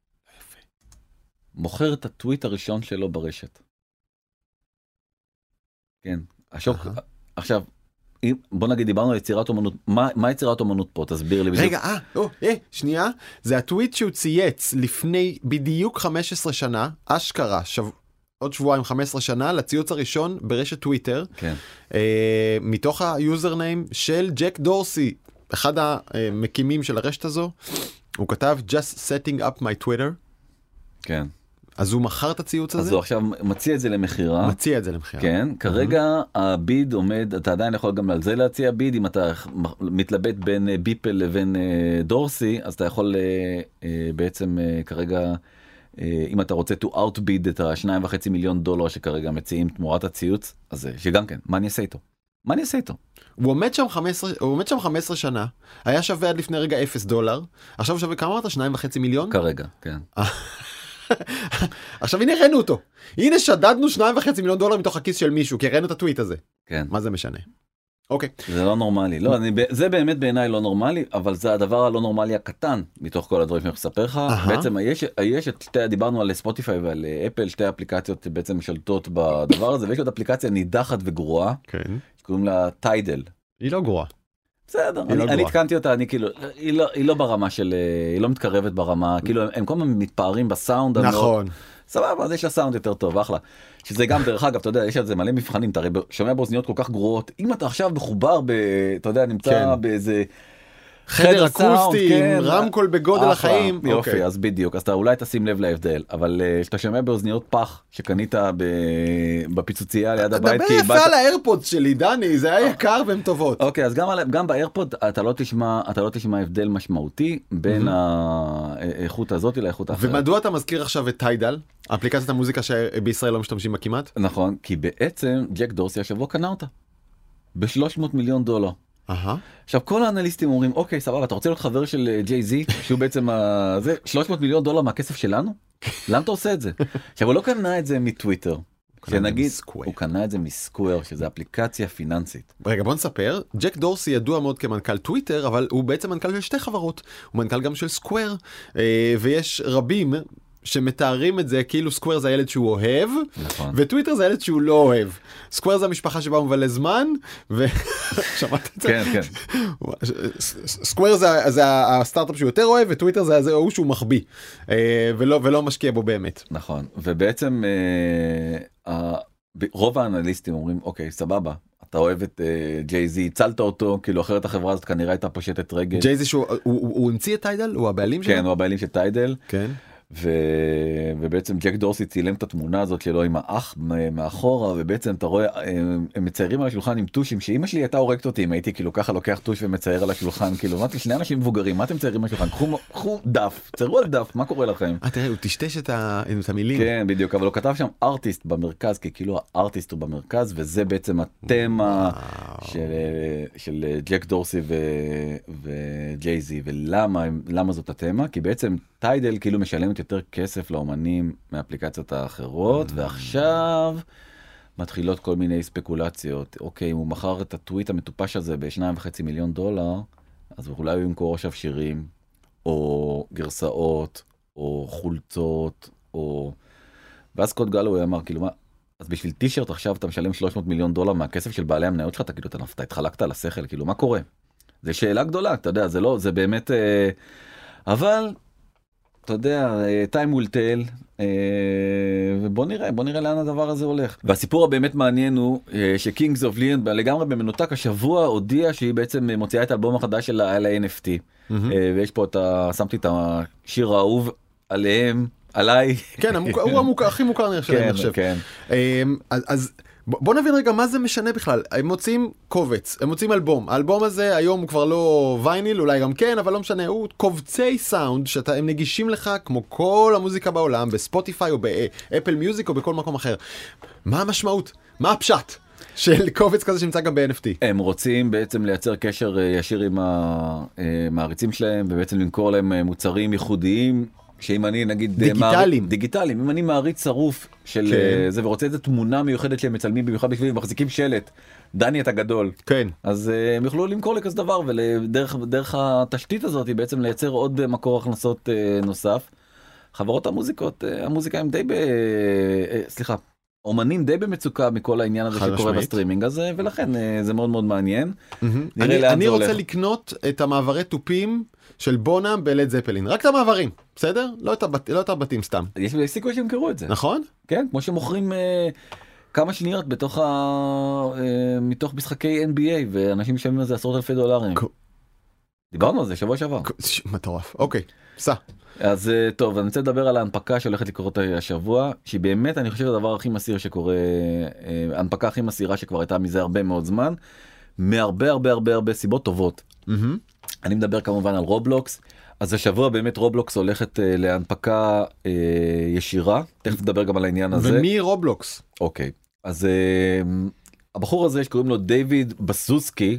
מוכר את הטוויט הראשון שלו ברשת. כן. עכשיו, בוא נגיד, דיברנו על יצירת אומנות, מה יצירת אומנות פה? תסביר לי. רגע, שנייה, זה הטוויט שהוא צייץ לפני בדיוק 15 שנה, אשכרה, עוד שבועיים 15 שנה, לציוץ הראשון ברשת טוויטר, כן. מתוך היוזרניים של ג'ק דורסי, אחד המקימים של הרשת הזו, הוא כתב, just setting up my Twitter. כן. אז הוא מכר את הציוץ הזה? אז הוא עכשיו מציע את זה למחירה. מציע את זה למחירה. כן, כרגע הביד עומד, אתה עדיין יכול גם על זה להציע ביד, אם אתה מתלבט בין ביפל לבין דורסי, אז אתה יכול בעצם כרגע, אם אתה רוצה to outbid את $2.5 מיליון שכרגע מציעים תמורת הציוץ, אז שגם כן, מה אני אעשה איתו? מה אני אעשה איתו? הוא עומד שם 15 שנה, היה שווה עד לפני רגע $0, עכשיו שווה כמה אמרת? 2.5 מיליון? כרגע, כן. עכשיו הנה הראינו אותו, הנה שדדנו $2.5 מיליון מתוך הכיס של מישהו, כי הראינו את הטוויט הזה. כן. מה זה משנה? אוקיי. זה לא נורמלי, לא, זה באמת בעיניי לא נורמלי, אבל זה הדבר הלא נורמלי הקטן מתוך כל הדברים שאני אספר לך. בעצם יש את שתי, דיברנו על ספוטיפיי ועל אפל, שתי אפליקציות בעצם משלטות בדבר הזה, ויש עוד אפליקציה נידחת וגרועה, שקוראים לה טיידל. היא לא גרועה. בסדר, אני התקנתי אותה, אני כאילו, היא לא ברמה של, היא לא מתקרבת ברמה, כאילו הם כל הזמן מתפארים בסאונד. נכון. סבבה, אז יש לה סאונד יותר טוב, אחלה. שזה גם דרך אגב, אתה יודע, יש על זה מלא מבחנים, אתה הרי שומע באוזניות כל כך גרועות, אם אתה עכשיו מחובר אתה יודע, נמצא באיזה חדר אקוסטי, עם רמקול בגודל החיים. יופי, אז בדיוק, אז אתה אולי תשים לב להבדל, אבל שאתה שומע באוזניות פח שקנית בפיצוצייה ליד הבית. דבר יפה על האיירפודס שלי, דני, זה היה יקר והן טובות. אוקיי, אז גם באיירפוד אתה לא תשמע הבדל משמעותי בין האיכות הזאת לאיכות האחרת. ומדוע אתה מזכיר עכשיו את טיידל, אפליקציית המוזיקה שבישראל לא משתמשים בה כמעט? נכון, כי בעצם ג'ק דורסי השבוע קנה אותה $300 מיליון. עכשיו כל האנליסטים אומרים אוקיי סבבה, אתה רוצה להיות חבר של ג'יי זי שהוא בעצם זה $300 מיליון מהכסף שלנו? למה אתה עושה את זה? עכשיו הוא לא קנה את זה מטוויטר, שנגיד הוא קנה את זה מסקוואר, שזה אפליקציה פיננסית. רגע בוא נספר, ג'ק דורסי ידוע מאוד כמנכ"ל טוויטר, אבל הוא בעצם מנכ"ל של 2 חברות, הוא מנכ"ל גם של סקוואר, ויש רבים שמתארים את זה כאילו סקוואר זה הילד שהוא אוהב, נכון. וטוויטר זה הילד שהוא לא אוהב. סקוואר זה המשפחה שבה הוא מבלה זמן, ושמעת את זה? כן, כן. סקוואר זה הסטארט-אפ שהוא יותר אוהב, וטוויטר זה הוא שהוא מחביא, ולא משקיע בו באמת. נכון, ובעצם רוב האנליסטים אומרים, אוקיי, סבבה, אתה אוהב את ג'יי זי, הצלת אותו, כאילו אחרת החברה הזאת כנראה הייתה פושטת רגל. ג'יי זי הוא המציא את טיידל? הוא הבעלים שלו? כן, הוא הבעלים של טיידל. כן. ובעצם ג'ק דורסי צילם את התמונה הזאת שלו עם האח מאחורה, ובעצם אתה רואה, הם מציירים על השולחן עם טושים, שאמא שלי הייתה הורגת אותי אם הייתי כאילו ככה לוקח טוש ומצייר על השולחן, כאילו אמרתי, שני אנשים מבוגרים, מה אתם מציירים על השולחן? קחו דף, ציירו על דף, מה קורה לכם? תראה, הוא טשטש את המילים. כן, בדיוק, אבל הוא כתב שם ארטיסט במרכז, כי כאילו הארטיסט הוא במרכז, וזה בעצם התמה של ג'ק דורסי וג'ייזי, ולמה זאת התמה? כי בעצם טיידל כאילו משלמת יותר כסף לאומנים מהאפליקציות האחרות, ועכשיו מתחילות כל מיני ספקולציות. אוקיי, אם הוא מכר את הטוויט המטופש הזה ב$2.5 מיליון, אז אולי הוא ימכור עכשיו שירים, או גרסאות, או חולצות, או... ואז סקוט גלווי אמר, כאילו מה, אז בשביל טישרט עכשיו אתה משלם $300 מיליון מהכסף של בעלי המניות שלך, אתה כאילו, אתה התחלקת על השכל, כאילו, מה קורה? זה שאלה גדולה, אתה יודע, זה לא, זה באמת... אבל... אתה יודע, time will tell, ובוא נראה לאן הדבר הזה הולך. והסיפור הבאמת מעניין הוא שקינגס אוף ליאון לגמרי במנותק השבוע הודיע שהיא בעצם מוציאה את האלבום החדש שלה על ה-NFT. ויש פה שמתי את השיר האהוב עליהם, עליי. כן, הוא הכי מוכר נראה שלהם, אני חושב. אז... בוא נבין רגע מה זה משנה בכלל. הם מוצאים קובץ, הם מוצאים אלבום. האלבום הזה היום הוא כבר לא וייניל, אולי גם כן, אבל לא משנה, הוא קובצי סאונד שהם נגישים לך כמו כל המוזיקה בעולם, בספוטיפיי או באפל מיוזיק או בכל מקום אחר. מה המשמעות? מה הפשט של קובץ כזה שנמצא גם ב-NFT? הם רוצים בעצם לייצר קשר ישיר עם המעריצים שלהם, ובעצם למכור להם מוצרים ייחודיים, שאם אני נגיד דיגיטליים, אם אני מעריץ שרוף של זה ורוצה איזו תמונה מיוחדת שהם מצלמים במיוחד בשביל מחזיקים שלט, דני אתה גדול, כן, אז הם יוכלו למכור לכזה דבר, ודרך התשתית הזאת היא בעצם לייצר עוד מקור הכנסות נוסף. חברות המוזיקה הם די אומנים די במצוקה מכל העניין הזה שקורה בסטרימינג הזה, ולכן זה מאוד מאוד מעניין. אני רוצה לקנות את המעברי טופים של בונה בלד זפלין, רק את המעברים, בסדר? לא את הבתים סתם. יש סיכוי שימכרו את זה. נכון? כן, כמו שמוכרים כמה שניות מתוך משחקי NBA, ואנשים משלמים על זה $10,000. דיברנו על זה שבוע שעבר. מטורף, אוקיי, סע. אז טוב, אני רוצה לדבר על ההנפקה שהולכת לקרות השבוע, שהיא באמת, אני חושב, הדבר הכי מסיר שקורה, ההנפקה הכי מסירה שכבר הייתה מזה הרבה מאוד זמן, מהרבה הרבה הרבה הרבה סיבות טובות. אני מדבר כמובן על רובלוקס, אז השבוע באמת רובלוקס הולכת להנפקה ישירה, תכף נדבר גם על העניין הזה. ומי רובלוקס? אוקיי, אז הבחור הזה שקוראים לו דיוויד בסוסקי,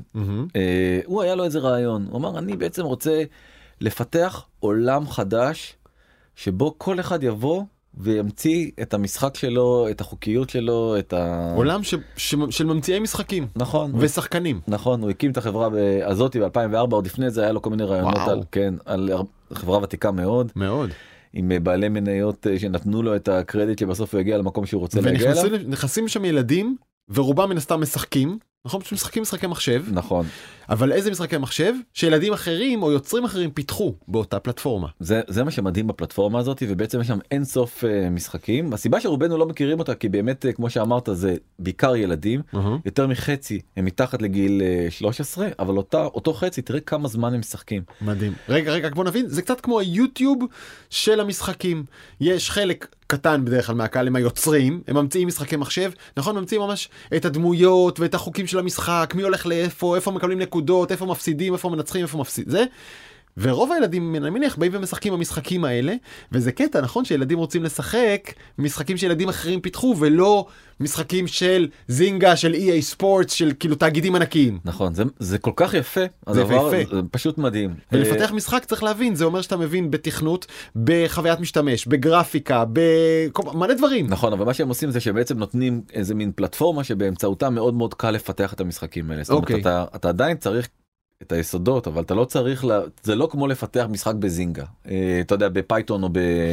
הוא היה לו איזה רעיון, הוא אמר, אני בעצם רוצה לפתח עולם חדש, שבו כל אחד יבוא וימציא את המשחק שלו, את החוקיות שלו, את עולם של ממציאי משחקים. נכון. ושחקנים. נכון, הוא הקים את החברה הזאת ב-2004, עוד לפני זה היה לו כל מיני רעיונות על חברה ותיקה מאוד. מאוד. עם בעלי מניות שנתנו לו את הקרדיט שבסוף הוא הגיע למקום שהוא רוצה להגיע אליו. ונכנסים שם ילדים, ורובם מן הסתם משחקים. נכון, פשוט משחקים משחקי מחשב. נכון. אבל איזה משחקי מחשב? שילדים אחרים או יוצרים אחרים פיתחו באותה פלטפורמה. זה מה שמדהים בפלטפורמה הזאת, ובעצם יש שם אין סוף משחקים. הסיבה שרובנו לא מכירים אותה, כי באמת, כמו שאמרת, זה בעיקר ילדים. יותר מחצי הם מתחת לגיל 13, אבל אותו חצי, תראה כמה זמן הם משחקים. מדהים. רגע, בוא נבין, זה קצת כמו היוטיוב של המשחקים. יש חלק קטן בדרך כלל מהקהל, הם היוצרים, הם ממציאים משחקי מחשב, נכון? ממציאים ממש את הדמויות ואת החוקים של המשחק, מי הולך לאיפה, איפה מקבלים נקודות, איפה מפסידים, איפה מנצחים, איפה מפסיד, זה. ורוב הילדים, אני מניח, באים ומשחקים במשחקים האלה, וזה קטע, נכון? שילדים רוצים לשחק משחקים שילדים אחרים פיתחו, ולא משחקים של זינגה, של EA ספורטס, של כאילו תאגידים ענקיים. נכון, זה כל כך יפה. זה יפה. זה פשוט מדהים. ולפתח משחק צריך להבין, זה אומר שאתה מבין בתכנות, בחוויית משתמש, בגרפיקה, במלא דברים. נכון, אבל מה שהם עושים זה שבעצם נותנים איזה מין פלטפורמה שבאמצעותה מאוד מאוד קל לפתח את המשחקים האלה. זאת אומרת, אתה עדיין צריך את היסודות, אבל אתה לא צריך, זה לא כמו לפתח משחק בזינגה, אתה יודע, בפייתון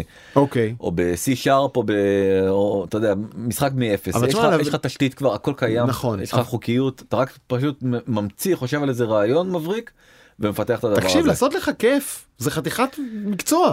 או ב-C#, או אתה יודע, משחק מ-0, יש לך תשתית כבר, הכל קיים, יש לך חוקיות, אתה רק פשוט ממציא, חושב על איזה רעיון מבריק, ומפתח את הדבר הזה. תקשיב, לעשות לך כיף, זה חתיכת מקצוע.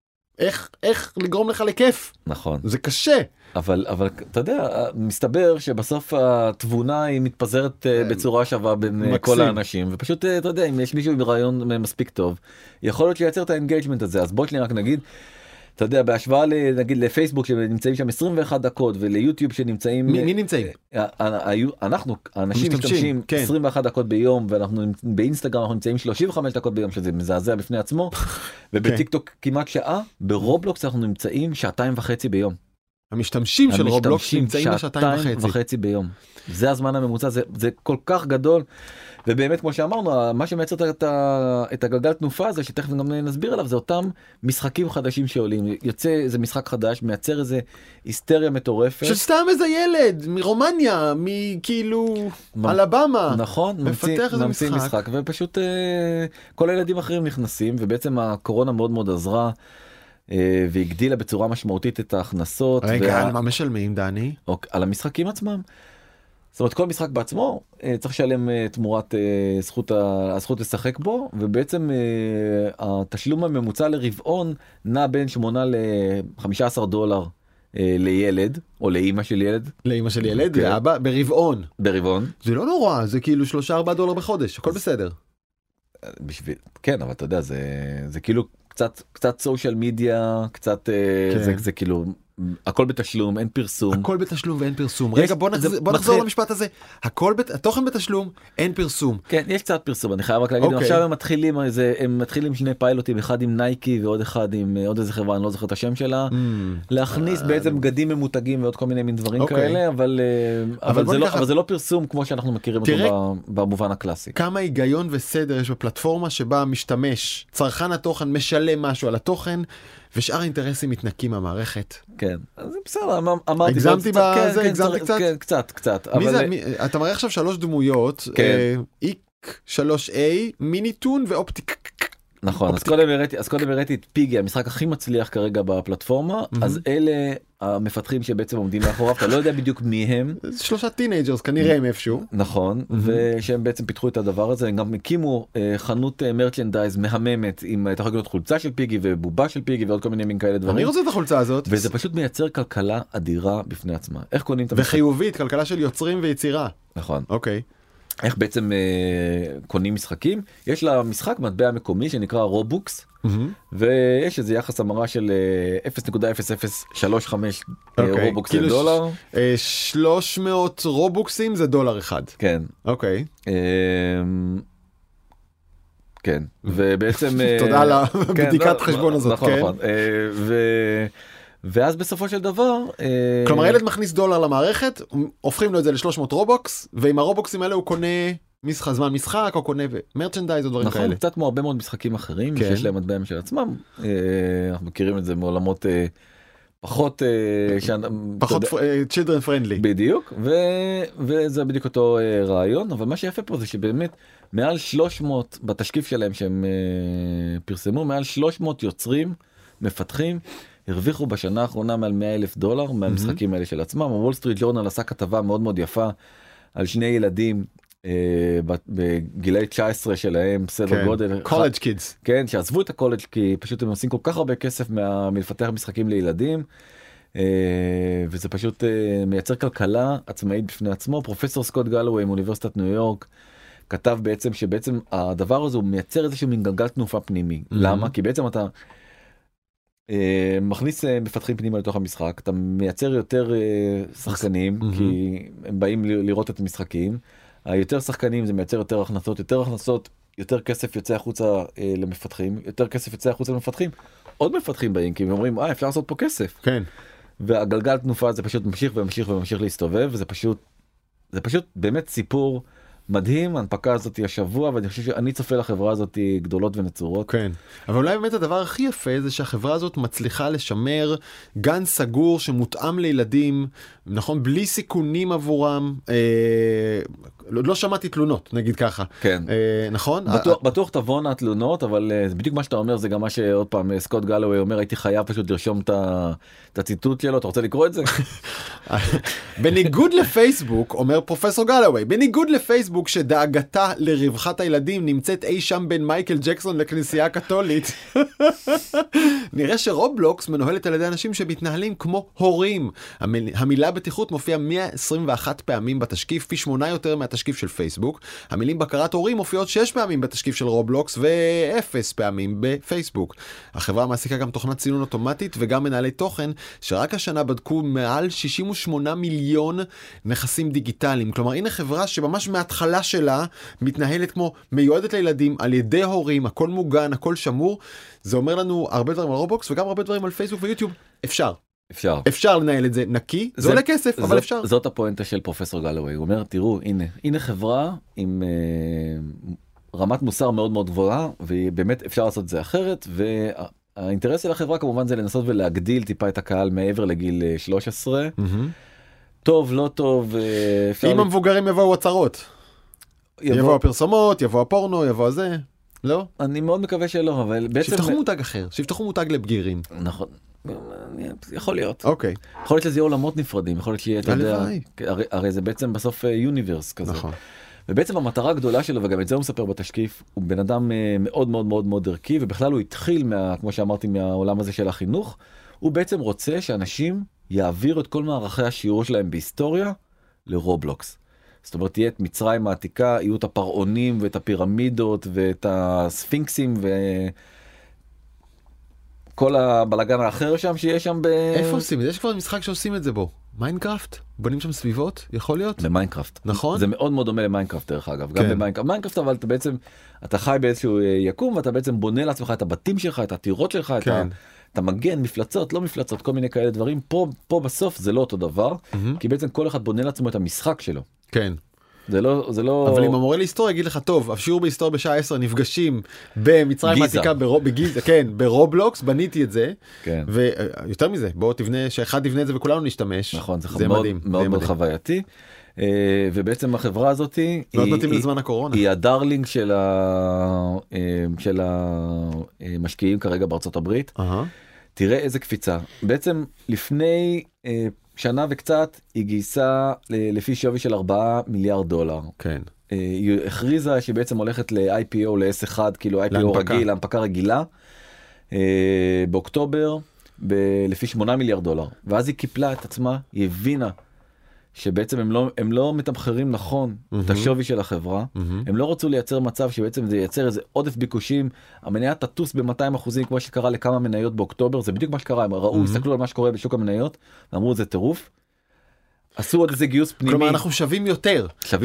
איך לגרום לך לכיף. נכון. זה קשה. אבל אתה יודע, מסתבר שבסוף התבונה היא מתפזרת בצורה שווה בין כל האנשים, ופשוט אתה יודע, אם יש מישהו עם רעיון מספיק טוב, יכול להיות שייצר את האנגייג'מנט הזה. אז בוא רק נגיד, אתה יודע, בהשוואה נגיד לפייסבוק שנמצאים שם 21 דקות וליוטיוב שנמצאים... מי נמצאים? אנחנו, האנשים משתמשים 21 דקות ביום, ואנחנו באינסטגרם אנחנו נמצאים 35 דקות ביום, שזה מזעזע בפני עצמו, ובטיקטוק כמעט שעה, ברובלוקס אנחנו נמצאים 2.5 ביום. המשתמשים של רובלוקס נמצאים ב2.5 ביום. זה הזמן הממוצע, זה כל כך גדול. ובאמת כמו שאמרנו, מה שמייצר את הגלגל תנופה הזה, שתכף גם נסביר עליו, זה אותם משחקים חדשים שעולים. יוצא איזה משחק חדש, מייצר איזה היסטריה מטורפת. שסתם איזה ילד מרומניה, מכאילו אלבמה. נכון, ממציא משחק. ופשוט כל הילדים אחרים נכנסים, ובעצם הקורונה מאוד מאוד עזרה, והגדילה בצורה משמעותית את ההכנסות. רגע, על מה משלמים, דני? על המשחקים עצמם. זאת אומרת, כל משחק בעצמו צריך לשלם תמורת הזכות לשחק בו, ובעצם התשלום הממוצע לרבעון נע בין 8 ל-15 דולר לילד, או לאמא של ילד. לאמא של ילד, ואבא, ברבעון. ברבעון. זה לא נורא, זה כאילו 3-4 דולר בחודש, הכל בסדר. כן, אבל אתה יודע, זה כאילו קצת סושיאל מדיה, קצת, זה כאילו... הכל בתשלום, אין פרסום. הכל בתשלום ואין פרסום. רגע, בוא נחזור למשפט הזה. התוכן בתשלום, אין פרסום. כן, יש קצת פרסום, אני חייב רק להגיד, עכשיו הם מתחילים שני פיילוטים, אחד עם נייקי ועוד אחד עם עוד איזה חברה, אני לא זוכר את השם שלה, להכניס בעצם בגדים ממותגים ועוד כל מיני מין דברים כאלה, אבל זה לא פרסום כמו שאנחנו מכירים אותו במובן הקלאסי. כמה היגיון וסדר יש בפלטפורמה שבה משתמש, צרכן התוכן משלם משהו על התוכן, ושאר האינטרסים מתנקים מהמערכת. כן, אז בסדר, אמרתי... הגזמתי בזה, הגזמתי קצת? כן, קצת. אתה מראה עכשיו 3 דמויות, איק 3A, מיניטון ואופטיק. נכון, אז קודם הראיתי את פיגי, המשחק הכי מצליח כרגע בפלטפורמה, אז אלה המפתחים שבעצם עומדים מאחוריו, אתה לא יודע בדיוק מי הם. 3 טינג'רס, כנראה הם איפשהו. נכון, ושהם בעצם פיתחו את הדבר הזה, הם גם הקימו חנות מרצ'נדייז מהממת, עם אתה יכול לקנות חולצה של פיגי ובובה של פיגי ועוד כל מיני מין כאלה דברים. אני רוצה את החולצה הזאת. וזה פשוט מייצר כלכלה אדירה בפני עצמה. איך קונים את המשחק? וחיובית, כלכלה של יוצרים ויצירה. נכון. אוקיי. איך בעצם קונים משחקים? יש לה משחק מטבע מקומי שנקרא רובוקס, ויש איזה יחס המרה של 0.0035 רובוקס לדולר. 300 רובוקסים זה דולר אחד. כן. אוקיי. כן, ובעצם... תודה על הבדיקת חשבון הזאת. נכון, נכון. ואז בסופו של דבר... כלומר, ילד מכניס דולר למערכת, הופכים לו את זה ל-300 רובוקס, ועם הרובוקסים האלה הוא קונה זמן משחק, או קונה מרצ'נדייז או דברים כאלה. נכון, קצת כמו הרבה מאוד משחקים אחרים, שיש להם מטבע של עצמם. אנחנו מכירים את זה מעולמות פחות children friendly. בדיוק, וזה בדיוק אותו רעיון, אבל מה שיפה פה זה שבאמת מעל 300, בתשקיף שלהם שהם פרסמו, מעל 300 יוצרים, מפתחים, הרוויחו בשנה האחרונה מעל $100,000 מהמשחקים האלה של עצמם. הוול סטריט ג'ורנל עשה כתבה מאוד מאוד יפה על 2 ילדים בגילי 19 שלהם, סדר גודל. קולג' קידס. כן, שעזבו את הקולג' כי פשוט הם עושים כל כך הרבה כסף מלפתח משחקים לילדים, וזה פשוט מייצר כלכלה עצמאית בפני עצמו. פרופסור סקוט גלווי מאוניברסיטת ניו יורק כתב בעצם שבעצם הדבר הזה הוא מייצר איזשהו מין גלגל תנופה פנימי. למה? כי בעצם אתה מכניס מפתחים פנימה לתוך המשחק, אתה מייצר יותר שחקנים, כי הם באים לראות את המשחקים, היותר שחקנים זה מייצר יותר הכנסות, יותר כסף יוצא החוצה למפתחים, יותר כסף יוצא החוצה למפתחים, עוד מפתחים באים, כי הם אומרים, אפשר לעשות פה כסף. כן. והגלגל תנופה זה פשוט ממשיך וממשיך וממשיך להסתובב, וזה פשוט באמת סיפור מדהים. ההנפקה הזאת היא השבוע, ואני חושב שאני צופה לחברה הזאת גדולות ונצורות. כן, אבל אולי באמת הדבר הכי יפה זה שהחברה הזאת מצליחה לשמר גן סגור שמותאם לילדים, נכון, בלי סיכונים עבורם. לא שמעתי תלונות, נגיד ככה. כן. נכון? בטוח תבואנה תלונות, אבל בדיוק מה שאתה אומר זה גם מה שעוד פעם סקוט גלווי אומר, הייתי חייב פשוט לרשום את הציטוט שלו. אתה רוצה לקרוא את זה? בניגוד לפייסבוק, אומר פרופסור גלווי, בניגוד לפייסבוק פייסבוק שדאגתה לרווחת הילדים נמצאת אי שם בין מייקל ג'קסון לכנסייה הקתולית. נראה שרובלוקס מנוהלת על ידי אנשים שמתנהלים כמו הורים. המילה בטיחות מופיעה 121 פעמים בתשקיף, פי 8 יותר מהתשקיף של פייסבוק. המילים בקרת הורים מופיעות 6 פעמים בתשקיף של רובלוקס ו0 פעמים בפייסבוק. החברה מעסיקה גם תוכנת סינון אוטומטית וגם מנהלי תוכן שרק השנה בדקו מעל 68 מיליון נכסים דיגיטליים. כלומר, הנה חברה שממש מההתחלה שלה מתנהלת כמו מיועדת לילדים על ידי הורים, הכל מוגן, הכל שמור. זה אומר לנו הרבה דברים על רובלוקס וגם הרבה דברים על פייסבוק ויוטיוב. אפשר לנהל את זה נקי, זה עולה כסף, אבל אפשר. זאת הפואנטה של פרופסור גלווי. הוא אומר, תראו, הנה חברה עם רמת מוסר מאוד מאוד גבוהה, ובאמת אפשר לעשות את זה אחרת, והאינטרס של החברה כמובן זה לנסות ולהגדיל טיפה את הקהל מעבר לגיל 13. טוב, לא טוב. אם המבוגרים יבואו הצהרות. יבואו הפרסומות, יבואו הפורנו, יבואו זה. לא? אני מאוד מקווה שלא, אבל בעצם... שיפתחו מותג אחר, שיפתחו מותג לבגירים. נכון. יכול להיות. אוקיי. יכול להיות שזה יהיה עולמות נפרדים, יכול להיות שיהיה, אתה יודע, הרי זה בעצם בסוף יוניברס כזה. נכון. ובעצם המטרה הגדולה שלו, וגם את זה הוא מספר בתשקיף, הוא בן אדם מאוד מאוד מאוד מאוד ערכי, ובכלל הוא התחיל, כמו שאמרתי, מהעולם הזה של החינוך, הוא בעצם רוצה שאנשים יעבירו את כל מערכי השיעור שלהם בהיסטוריה לרובלוקס. זאת אומרת, תהיה את מצרים העתיקה, יהיו את הפרעונים ואת הפירמידות ואת הספינקסים וכל הבלגן האחר שם שיש שם איפה עושים את זה? יש כבר משחק שעושים את זה בו. מיינקראפט? בונים שם סביבות? יכול להיות? במיינקראפט. נכון? זה מאוד מאוד דומה למיינקראפט דרך אגב. גם במיינקראפט, אבל אתה בעצם, אתה חי באיזשהו יקום ואתה בעצם בונה לעצמך את הבתים שלך, את הטירות שלך, אתה מגן, מפלצות, לא מפלצות, כל מיני כאלה דברים. פה בסוף זה לא אותו דבר, כי בעצם כל אחד בונה לעצמו את המשחק שלו. כן. זה לא... אבל אם המורה להיסטוריה יגיד לך, טוב, השיעור בהיסטוריה בשעה 10 נפגשים במצרים העתיקה, בגיזה, כן, ברובלוקס, בניתי את זה. כן. ויותר מזה, בוא תבנה, שאחד יבנה את זה וכולנו נשתמש. נכון, זה מדהים. מאוד מאוד חווייתי. ובעצם החברה הזאת מאוד מתאים לזמן הקורונה. היא הדרלינג של המשקיעים כרגע בארצות הברית. תראה איזה קפיצה. בעצם לפני שנה וקצת היא גייסה לפי שווי של $4 מיליארד. כן. היא הכריזה שהיא בעצם הולכת ל-IPO, ל-S1, כאילו IPO רגיל, להנפקה רגילה, באוקטובר, לפי $8 מיליארד. ואז היא קיפלה את עצמה, היא הבינה שבעצם הם לא מתמחרים נכון את השווי של החברה, הם לא רצו לייצר מצב שבעצם זה ייצר איזה עודף ביקושים, המניה תטוס ב-200% כמו שקרה לכמה מניות באוקטובר, זה בדיוק מה שקרה, הם ראו, הסתכלו על מה שקורה בשוק המניות, ואמרו זה טירוף, עשו עוד איזה גיוס פנימי. כלומר אנחנו שווים יותר,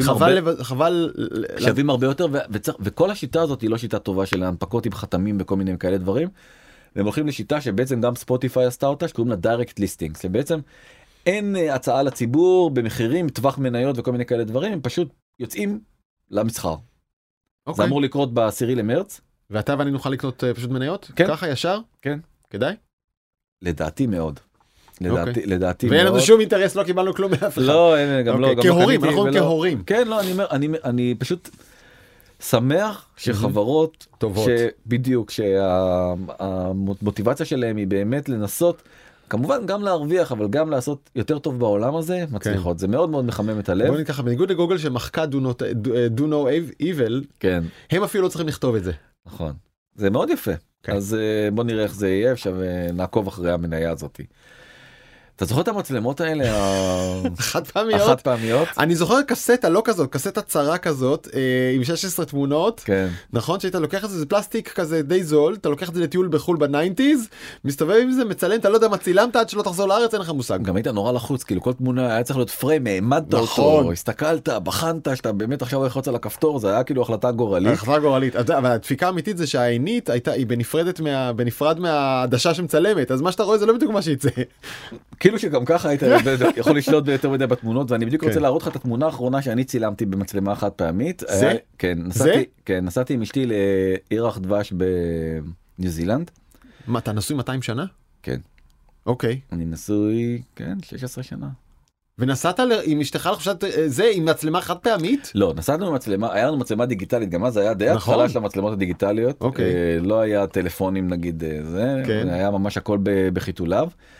שווים הרבה יותר, וכל השיטה הזאת היא לא שיטה טובה של ההנפקות עם חתמים וכל מיני כאלה דברים, והם הולכים לשיטה שבעצם גם ספוטיפיי עשתה אותה, שקוראים לה direct listing, שבעצם אין הצעה לציבור במחירים, טווח מניות וכל מיני כאלה דברים, הם פשוט יוצאים למסחר. זה אמור לקרות ב10 למרץ. ואתה ואני נוכל לקנות פשוט מניות? כן. ככה ישר? כן. כדאי? לדעתי מאוד. לדעתי ואין לנו שום אינטרס, לא קיבלנו כלום מאף אחד. לא, גם לא. כהורים, אנחנו כהורים. כן, לא, אני פשוט שמח שחברות טובות. בדיוק, שהמוטיבציה שלהם היא באמת לנסות, כמובן גם להרוויח, אבל גם לעשות יותר טוב בעולם הזה, מצליחות. זה מאוד מאוד מחמם את הלב. בוא ניקח, בניגוד לגוגל שמחקה do no evil, כן. הם אפילו לא צריכים לכתוב את זה. נכון. זה מאוד יפה. אז בוא נראה איך זה יהיה, עכשיו נעקוב אחרי המניה הזאת. אתה זוכר את המצלמות האלה? החד פעמיות? אני זוכר קסטה, לא כזאת, קסטה צרה כזאת, עם 16 תמונות. כן. נכון? שהיית לוקח את זה, זה פלסטיק כזה די זול, אתה לוקח את זה לטיול בחול בניינטיז, מסתובב עם זה, מצלם, אתה לא יודע מה צילמת עד שלא תחזור לארץ, אין לך מושג. גם היית נורא לחוץ, כאילו כל תמונה היה צריך להיות פריים, העמדת אותו, הסתכלת, בחנת, שאתה באמת עכשיו יחוץ על הכפתור, זה היה כאילו החלטה גורלית. החלטה גורלית, אבל הדפיקה האמיתית זה שהעינית היא בנפרד מהעדשה שמצלמת, אז מה שאתה רואה זה לא בדיוק מה שיצא. כאילו שגם ככה היית יכול לשלוט ביותר מדי בתמונות, ואני בדיוק רוצה להראות לך את התמונה האחרונה שאני צילמתי במצלמה חד פעמית. זה? כן, נסעתי עם אשתי לירח דבש בניו זילנד. מה, אתה נשוי 200 שנה? כן. אוקיי. אני נשוי, כן, 16 שנה. ונסעת עם אשתך לחופשת זה עם מצלמה חד פעמית? לא, נסענו עם מצלמה, היה לנו מצלמה דיגיטלית, גם אז היה די התחלה של המצלמות הדיגיטליות. לא היה טלפונים נגיד, זה היה ממש הכל בחיתוליו.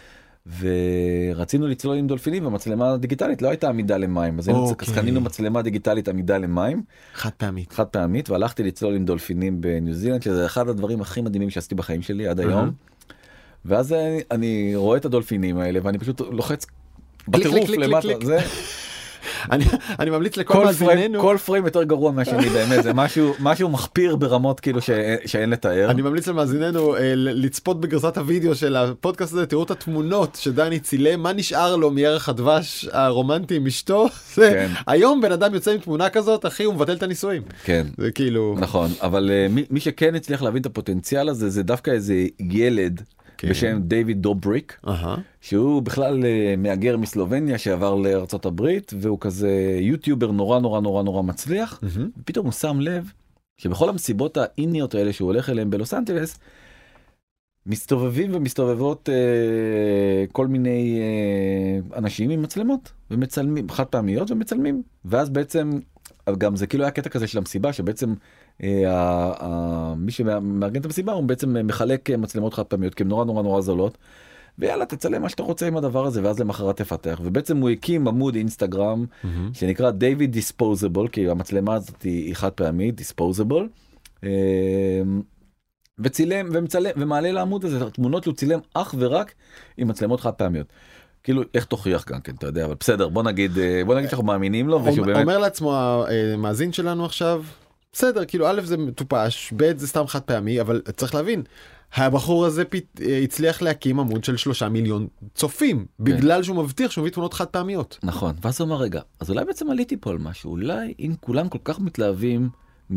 ורצינו לצלול עם דולפינים, והמצלמה דיגיטלית לא הייתה עמידה למים, אז קנינו מצלמה דיגיטלית עמידה למים. חד פעמית, והלכתי לצלול עם דולפינים בניו זילנד, שזה אחד הדברים הכי מדהימים שעשיתי בחיים שלי עד היום. ואז אני רואה את הדולפינים האלה, ואני פשוט לוחץ בטירוף למטה. אני ממליץ לכל מאזיננו, כל פריים יותר גרוע מהשני באמת, זה משהו מחפיר ברמות כאילו שאין לתאר. אני ממליץ למאזיננו לצפות בגרסת הוידאו של הפודקאסט הזה, תראו את התמונות שדני צילם, מה נשאר לו מירח הדבש הרומנטי עם אשתו. היום בן אדם יוצא עם תמונה כזאת, אחי, הוא מבטל את הניסויים. כן, זה כאילו נכון, אבל מי שכן הצליח להבין את הפוטנציאל הזה, זה דווקא איזה ילד בשם דיוויד דובריק, שהוא בכלל מהגר מסלובניה שעבר לארצות הברית, והוא כזה יוטיובר נורא נורא נורא נורא מצליח, ופתאום הוא שם לב שבכל המסיבות האיניות האלה שהוא הולך אליהם בלוס אנג'לס, מסתובבים ומסתובבות כל מיני אנשים עם מצלמות, ומצלמים, חד פעמיות ומצלמים, ואז בעצם, גם זה כאילו היה קטע כזה של המסיבה, שבעצם מי שמארגן את המסיבה הוא בעצם מחלק מצלמות חד פעמיות כי הן נורא נורא נורא זולות, ויאללה תצלם מה שאתה רוצה עם הדבר הזה, ואז למחרת תפתח. ובעצם הוא הקים עמוד אינסטגרם שנקרא דיוויד דיספוזבל, כי המצלמה הזאת היא חד פעמית, דיספוזבל, וצילם ומצלם ומעלה לעמוד הזה תמונות שהוא צילם אך ורק עם מצלמות חד פעמיות. כאילו, איך תוכיח גם כן, אתה יודע, אבל בסדר, בוא נגיד שאנחנו מאמינים לו, אומר לעצמו המאזין שלנו עכשיו, בסדר, כאילו א' זה מטופש, ב' זה סתם חד פעמי, אבל צריך להבין, הבחור הזה הצליח להקים עמוד של 3 מיליון צופים, בגלל שהוא מבטיח שהוא מביא תמונות חד פעמיות. נכון, ואז הוא אומר, רגע, אז אולי בעצם עליתי פה על משהו, אולי אם כולם כל כך מתלהבים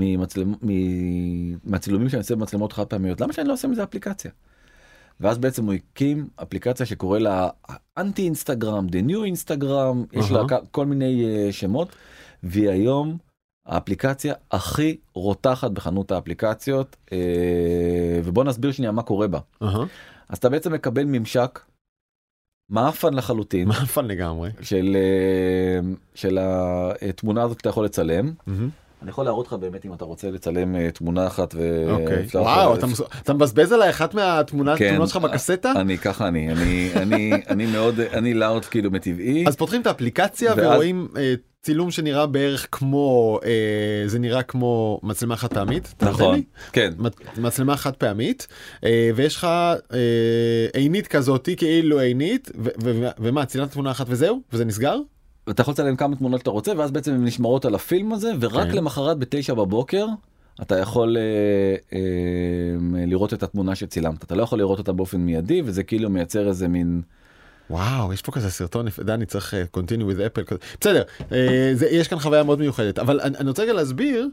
מהצילומים שאני עושה במצלמות חד פעמיות, למה שאני לא עושה מזה אפליקציה? ואז בעצם הוא הקים אפליקציה שקורא לה אנטי אינסטגרם, The New אינסטגרם, יש לה כל מיני שמות, והיא היום האפליקציה הכי רותחת בחנות האפליקציות, ובוא נסביר שנייה מה קורה בה. אז אתה בעצם מקבל ממשק מאפן לחלוטין. מאפן לגמרי. של התמונה הזאת שאתה יכול לצלם. אני יכול להראות לך באמת אם אתה רוצה לצלם תמונה אחת וואו, אתה מבזבז עליי אחת מהתמונות שלך בקסטה? ככה אני מאוד, אני לארד כאילו מטבעי. אז פותחים את האפליקציה ורואים צילום שנראה בערך כמו, זה נראה כמו מצלמה חד פעמית. נכון, כן. מצלמה חד פעמית, ויש לך עינית כזאת, כאילו עינית, ומה, צילמת תמונה אחת וזהו? וזה נסגר? ואתה יכול לצלם כמה תמונות שאתה רוצה, ואז בעצם הן נשמרות על הפילם הזה, ורק למחרת ב9 בבוקר, אתה יכול לראות את התמונה שצילמת. אתה לא יכול לראות אותה באופן מיידי, וזה כאילו מייצר איזה מין... וואו, יש פה כזה סרטון, דני צריך continue with Apple. בסדר, יש כאן חוויה מאוד מיוחדת, אבל אני רוצה רגע להסביר,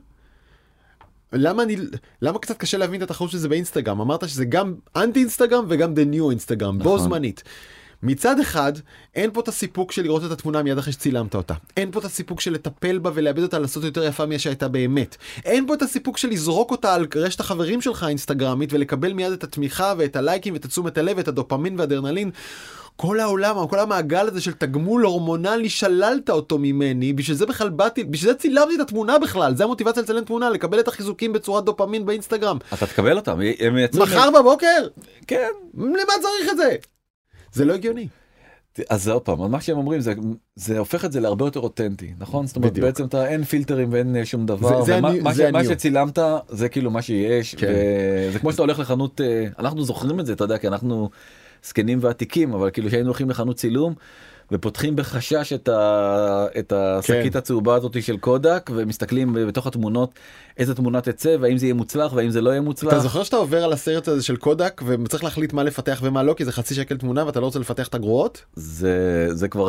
למה קצת קשה להבין את התחרות של זה באינסטגרם? אמרת שזה גם אנטי אינסטגרם וגם the new אינסטגרם, בו זמנית. מצד אחד, אין פה את הסיפוק של לראות את התמונה מיד אחרי שצילמת אותה. אין פה את הסיפוק של לטפל בה ולאבד אותה, לעשות יותר יפה מי שהייתה באמת. אין פה את הסיפוק של לזרוק אותה על רשת החברים שלך האינסטגרמית, ולקבל מיד את התמיכה ואת הלייקים ואת תשומת הלב ואת הדופמין והאדרנלין. כל העולם, כל המעגל הזה של תגמול הורמונלי, שללת אותו ממני, בשביל זה בכלל באתי, בשביל זה צילמתי את התמונה בכלל, זה המוטיבציה לצלם תמונה, לקבל את החיזוקים בצורת דופמין באינסטגרם. אתה תקבל אותם, מחר בבוקר? כן. למה צריך את זה? זה לא הגיוני. אז זה עוד פעם, מה שהם אומרים, זה הופך את זה להרבה יותר אותנטי, נכון? זאת אומרת, בעצם אין פילטרים ואין שום דבר, מה שצילמת זה כאילו מה שיש, וזה כמו שאתה הולך לחנות, אנחנו זוכרים את זה, אתה יודע, כי אנחנו סקנים ועתיקים, אבל כאילו שהיינו הולכים לחנות צילום, ופותחים בחשש את השקית הצהובה הזאת של קודק, ומסתכלים בתוך התמונות איזה תמונה תצא, והאם זה יהיה מוצלח, והאם זה לא יהיה מוצלח. אתה זוכר שאתה עובר על הסרט הזה של קודק, וצריך להחליט מה לפתח ומה לא, כי זה חצי שקל תמונה, ואתה לא רוצה לפתח את הגרועות? זה כבר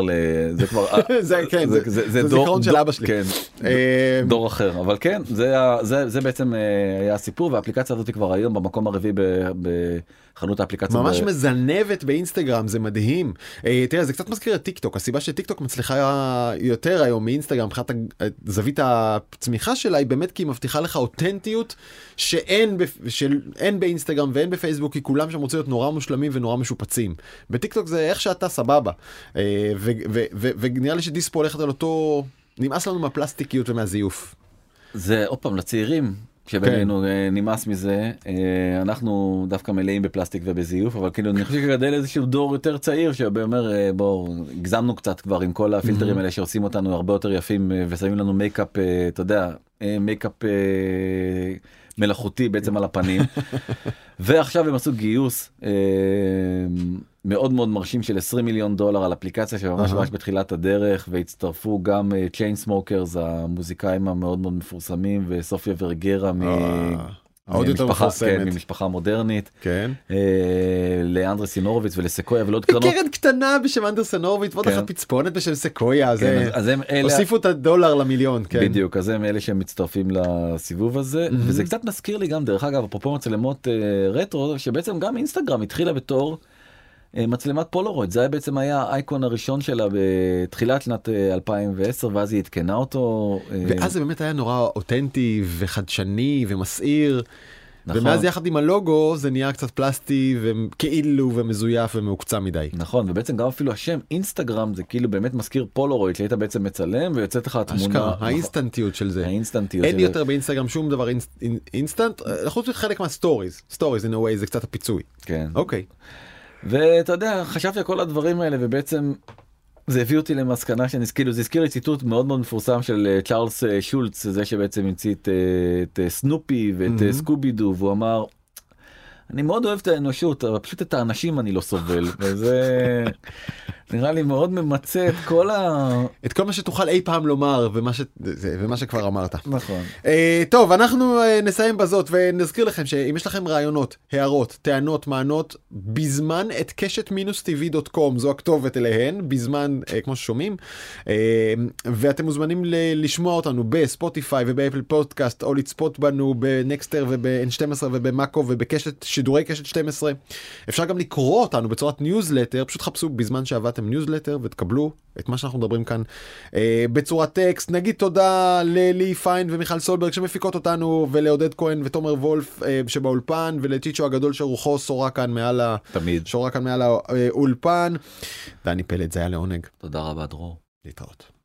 זה זיכרון של אבא שלי. דור אחר, אבל כן, זה בעצם היה הסיפור, והאפליקציה הזאת כבר היום במקום הרביעי בחנות האפליקציה. ממש מזנבת באינסטגרם, זה מדהים. תראה, זה קצת מזכיר את טיקטוק. הסיבה שטיקטוק מצליחה יותר היום מאינסטגרם, מבחינת זווית הצמיחה שלה, היא באמת כי היא מבטיחה לך אותנטיות שאין באינסטגרם ואין בפייסבוק, כי כולם שם רוצים להיות נורא מושלמים ונורא משופצים. בטיקטוק זה איך שאתה סבבה. ונראה לי שדיספו הולכת על אותו, נמאס לנו מהפלסטיקיות ומהזיוף. זה עוד פעם לצעירים. שבינינו נמאס מזה, אנחנו דווקא מלאים בפלסטיק ובזיוף, אבל כאילו אני חושב שגדל איזשהו דור יותר צעיר שאומר בואו, הגזמנו קצת כבר עם כל הפילטרים האלה שעושים אותנו הרבה יותר יפים ושמים לנו מייקאפ, אתה יודע, מייקאפ מלאכותי בעצם על הפנים. ועכשיו הם עשו גיוס מאוד מאוד מרשים של $20 מיליון על אפליקציה שממש ממש בתחילת הדרך, והצטרפו גם צ'יינסמוקרס, המוזיקאים המאוד מאוד מפורסמים, וסופיה ורגרה ממשפחה מודרנית, לאנדרס סינורוביץ ולסקויה ולעוד קרנות. קרן קטנה בשם אנדרס סינורוביץ ועוד אחת פצפונת בשם סקויה, הוסיפו את $1 למיליון. בדיוק, אז הם אלה שהם מצטרפים לסיבוב הזה, וזה קצת מזכיר לי גם דרך אגב אפרופו מצלמות רטרו, שבעצם גם אינסטגרם התחילה בתור מצלמת פולרויד, זה בעצם היה האייקון הראשון שלה בתחילת שנת 2010, ואז היא התקנה אותו. ואז זה באמת היה נורא אותנטי וחדשני ומסעיר, ומאז יחד עם הלוגו זה נהיה קצת פלסטי וכאילו ומזויף ומעוקצה מדי. נכון, ובעצם גם אפילו השם אינסטגרם זה כאילו באמת מזכיר פולרויד, שהיית בעצם מצלם ויוצאת לך התמונה. האינסטנטיות של זה. אין יותר באינסטגרם שום דבר אינסטנט, חוץ מחלק מהסטוריז. סטוריז in a way זה קצת הפיצוי. כן. אוקיי. ואתה יודע, חשבתי על כל הדברים האלה, ובעצם זה הביא אותי למסקנה שנזכיר, זה הזכיר לי ציטוט מאוד מאוד מפורסם של צ'ארלס שולץ, זה שבעצם המציא את סנופי ואת סקובידו, והוא אמר, אני מאוד אוהב את האנושות, אבל פשוט את האנשים אני לא סובל, וזה נראה לי מאוד ממצא את כל מה שתוכל אי פעם לומר, ומה שכבר אמרת. נכון. טוב, אנחנו נסיים בזאת, ונזכיר לכם שאם יש לכם רעיונות, הערות, טענות, מענות, בזמן את קשת-tv.com, זו הכתובת אליהן, בזמן, כמו ששומעים, ואתם מוזמנים לשמוע אותנו בספוטיפיי ובאפל פודקאסט, או לצפות בנו בנקסטר וב-N12 ובמאקו ובקשת, שידורי קשת 12. אפשר גם לקרוא אותנו בצורת ניוזלטר, פשוט חפשו בזמן שעבדתם ניוזלטר ותקבלו את מה שאנחנו מדברים כאן בצורת טקסט. נגיד תודה ללי פיין ומיכל סולברג שמפיקות אותנו, ולעודד כהן ותומר וולף שבאולפן, ולצ'יצ'ו הגדול שרוחו שורה כאן מעל האולפן. דני פלד, זה היה לעונג. תודה רבה דרור. להתראות.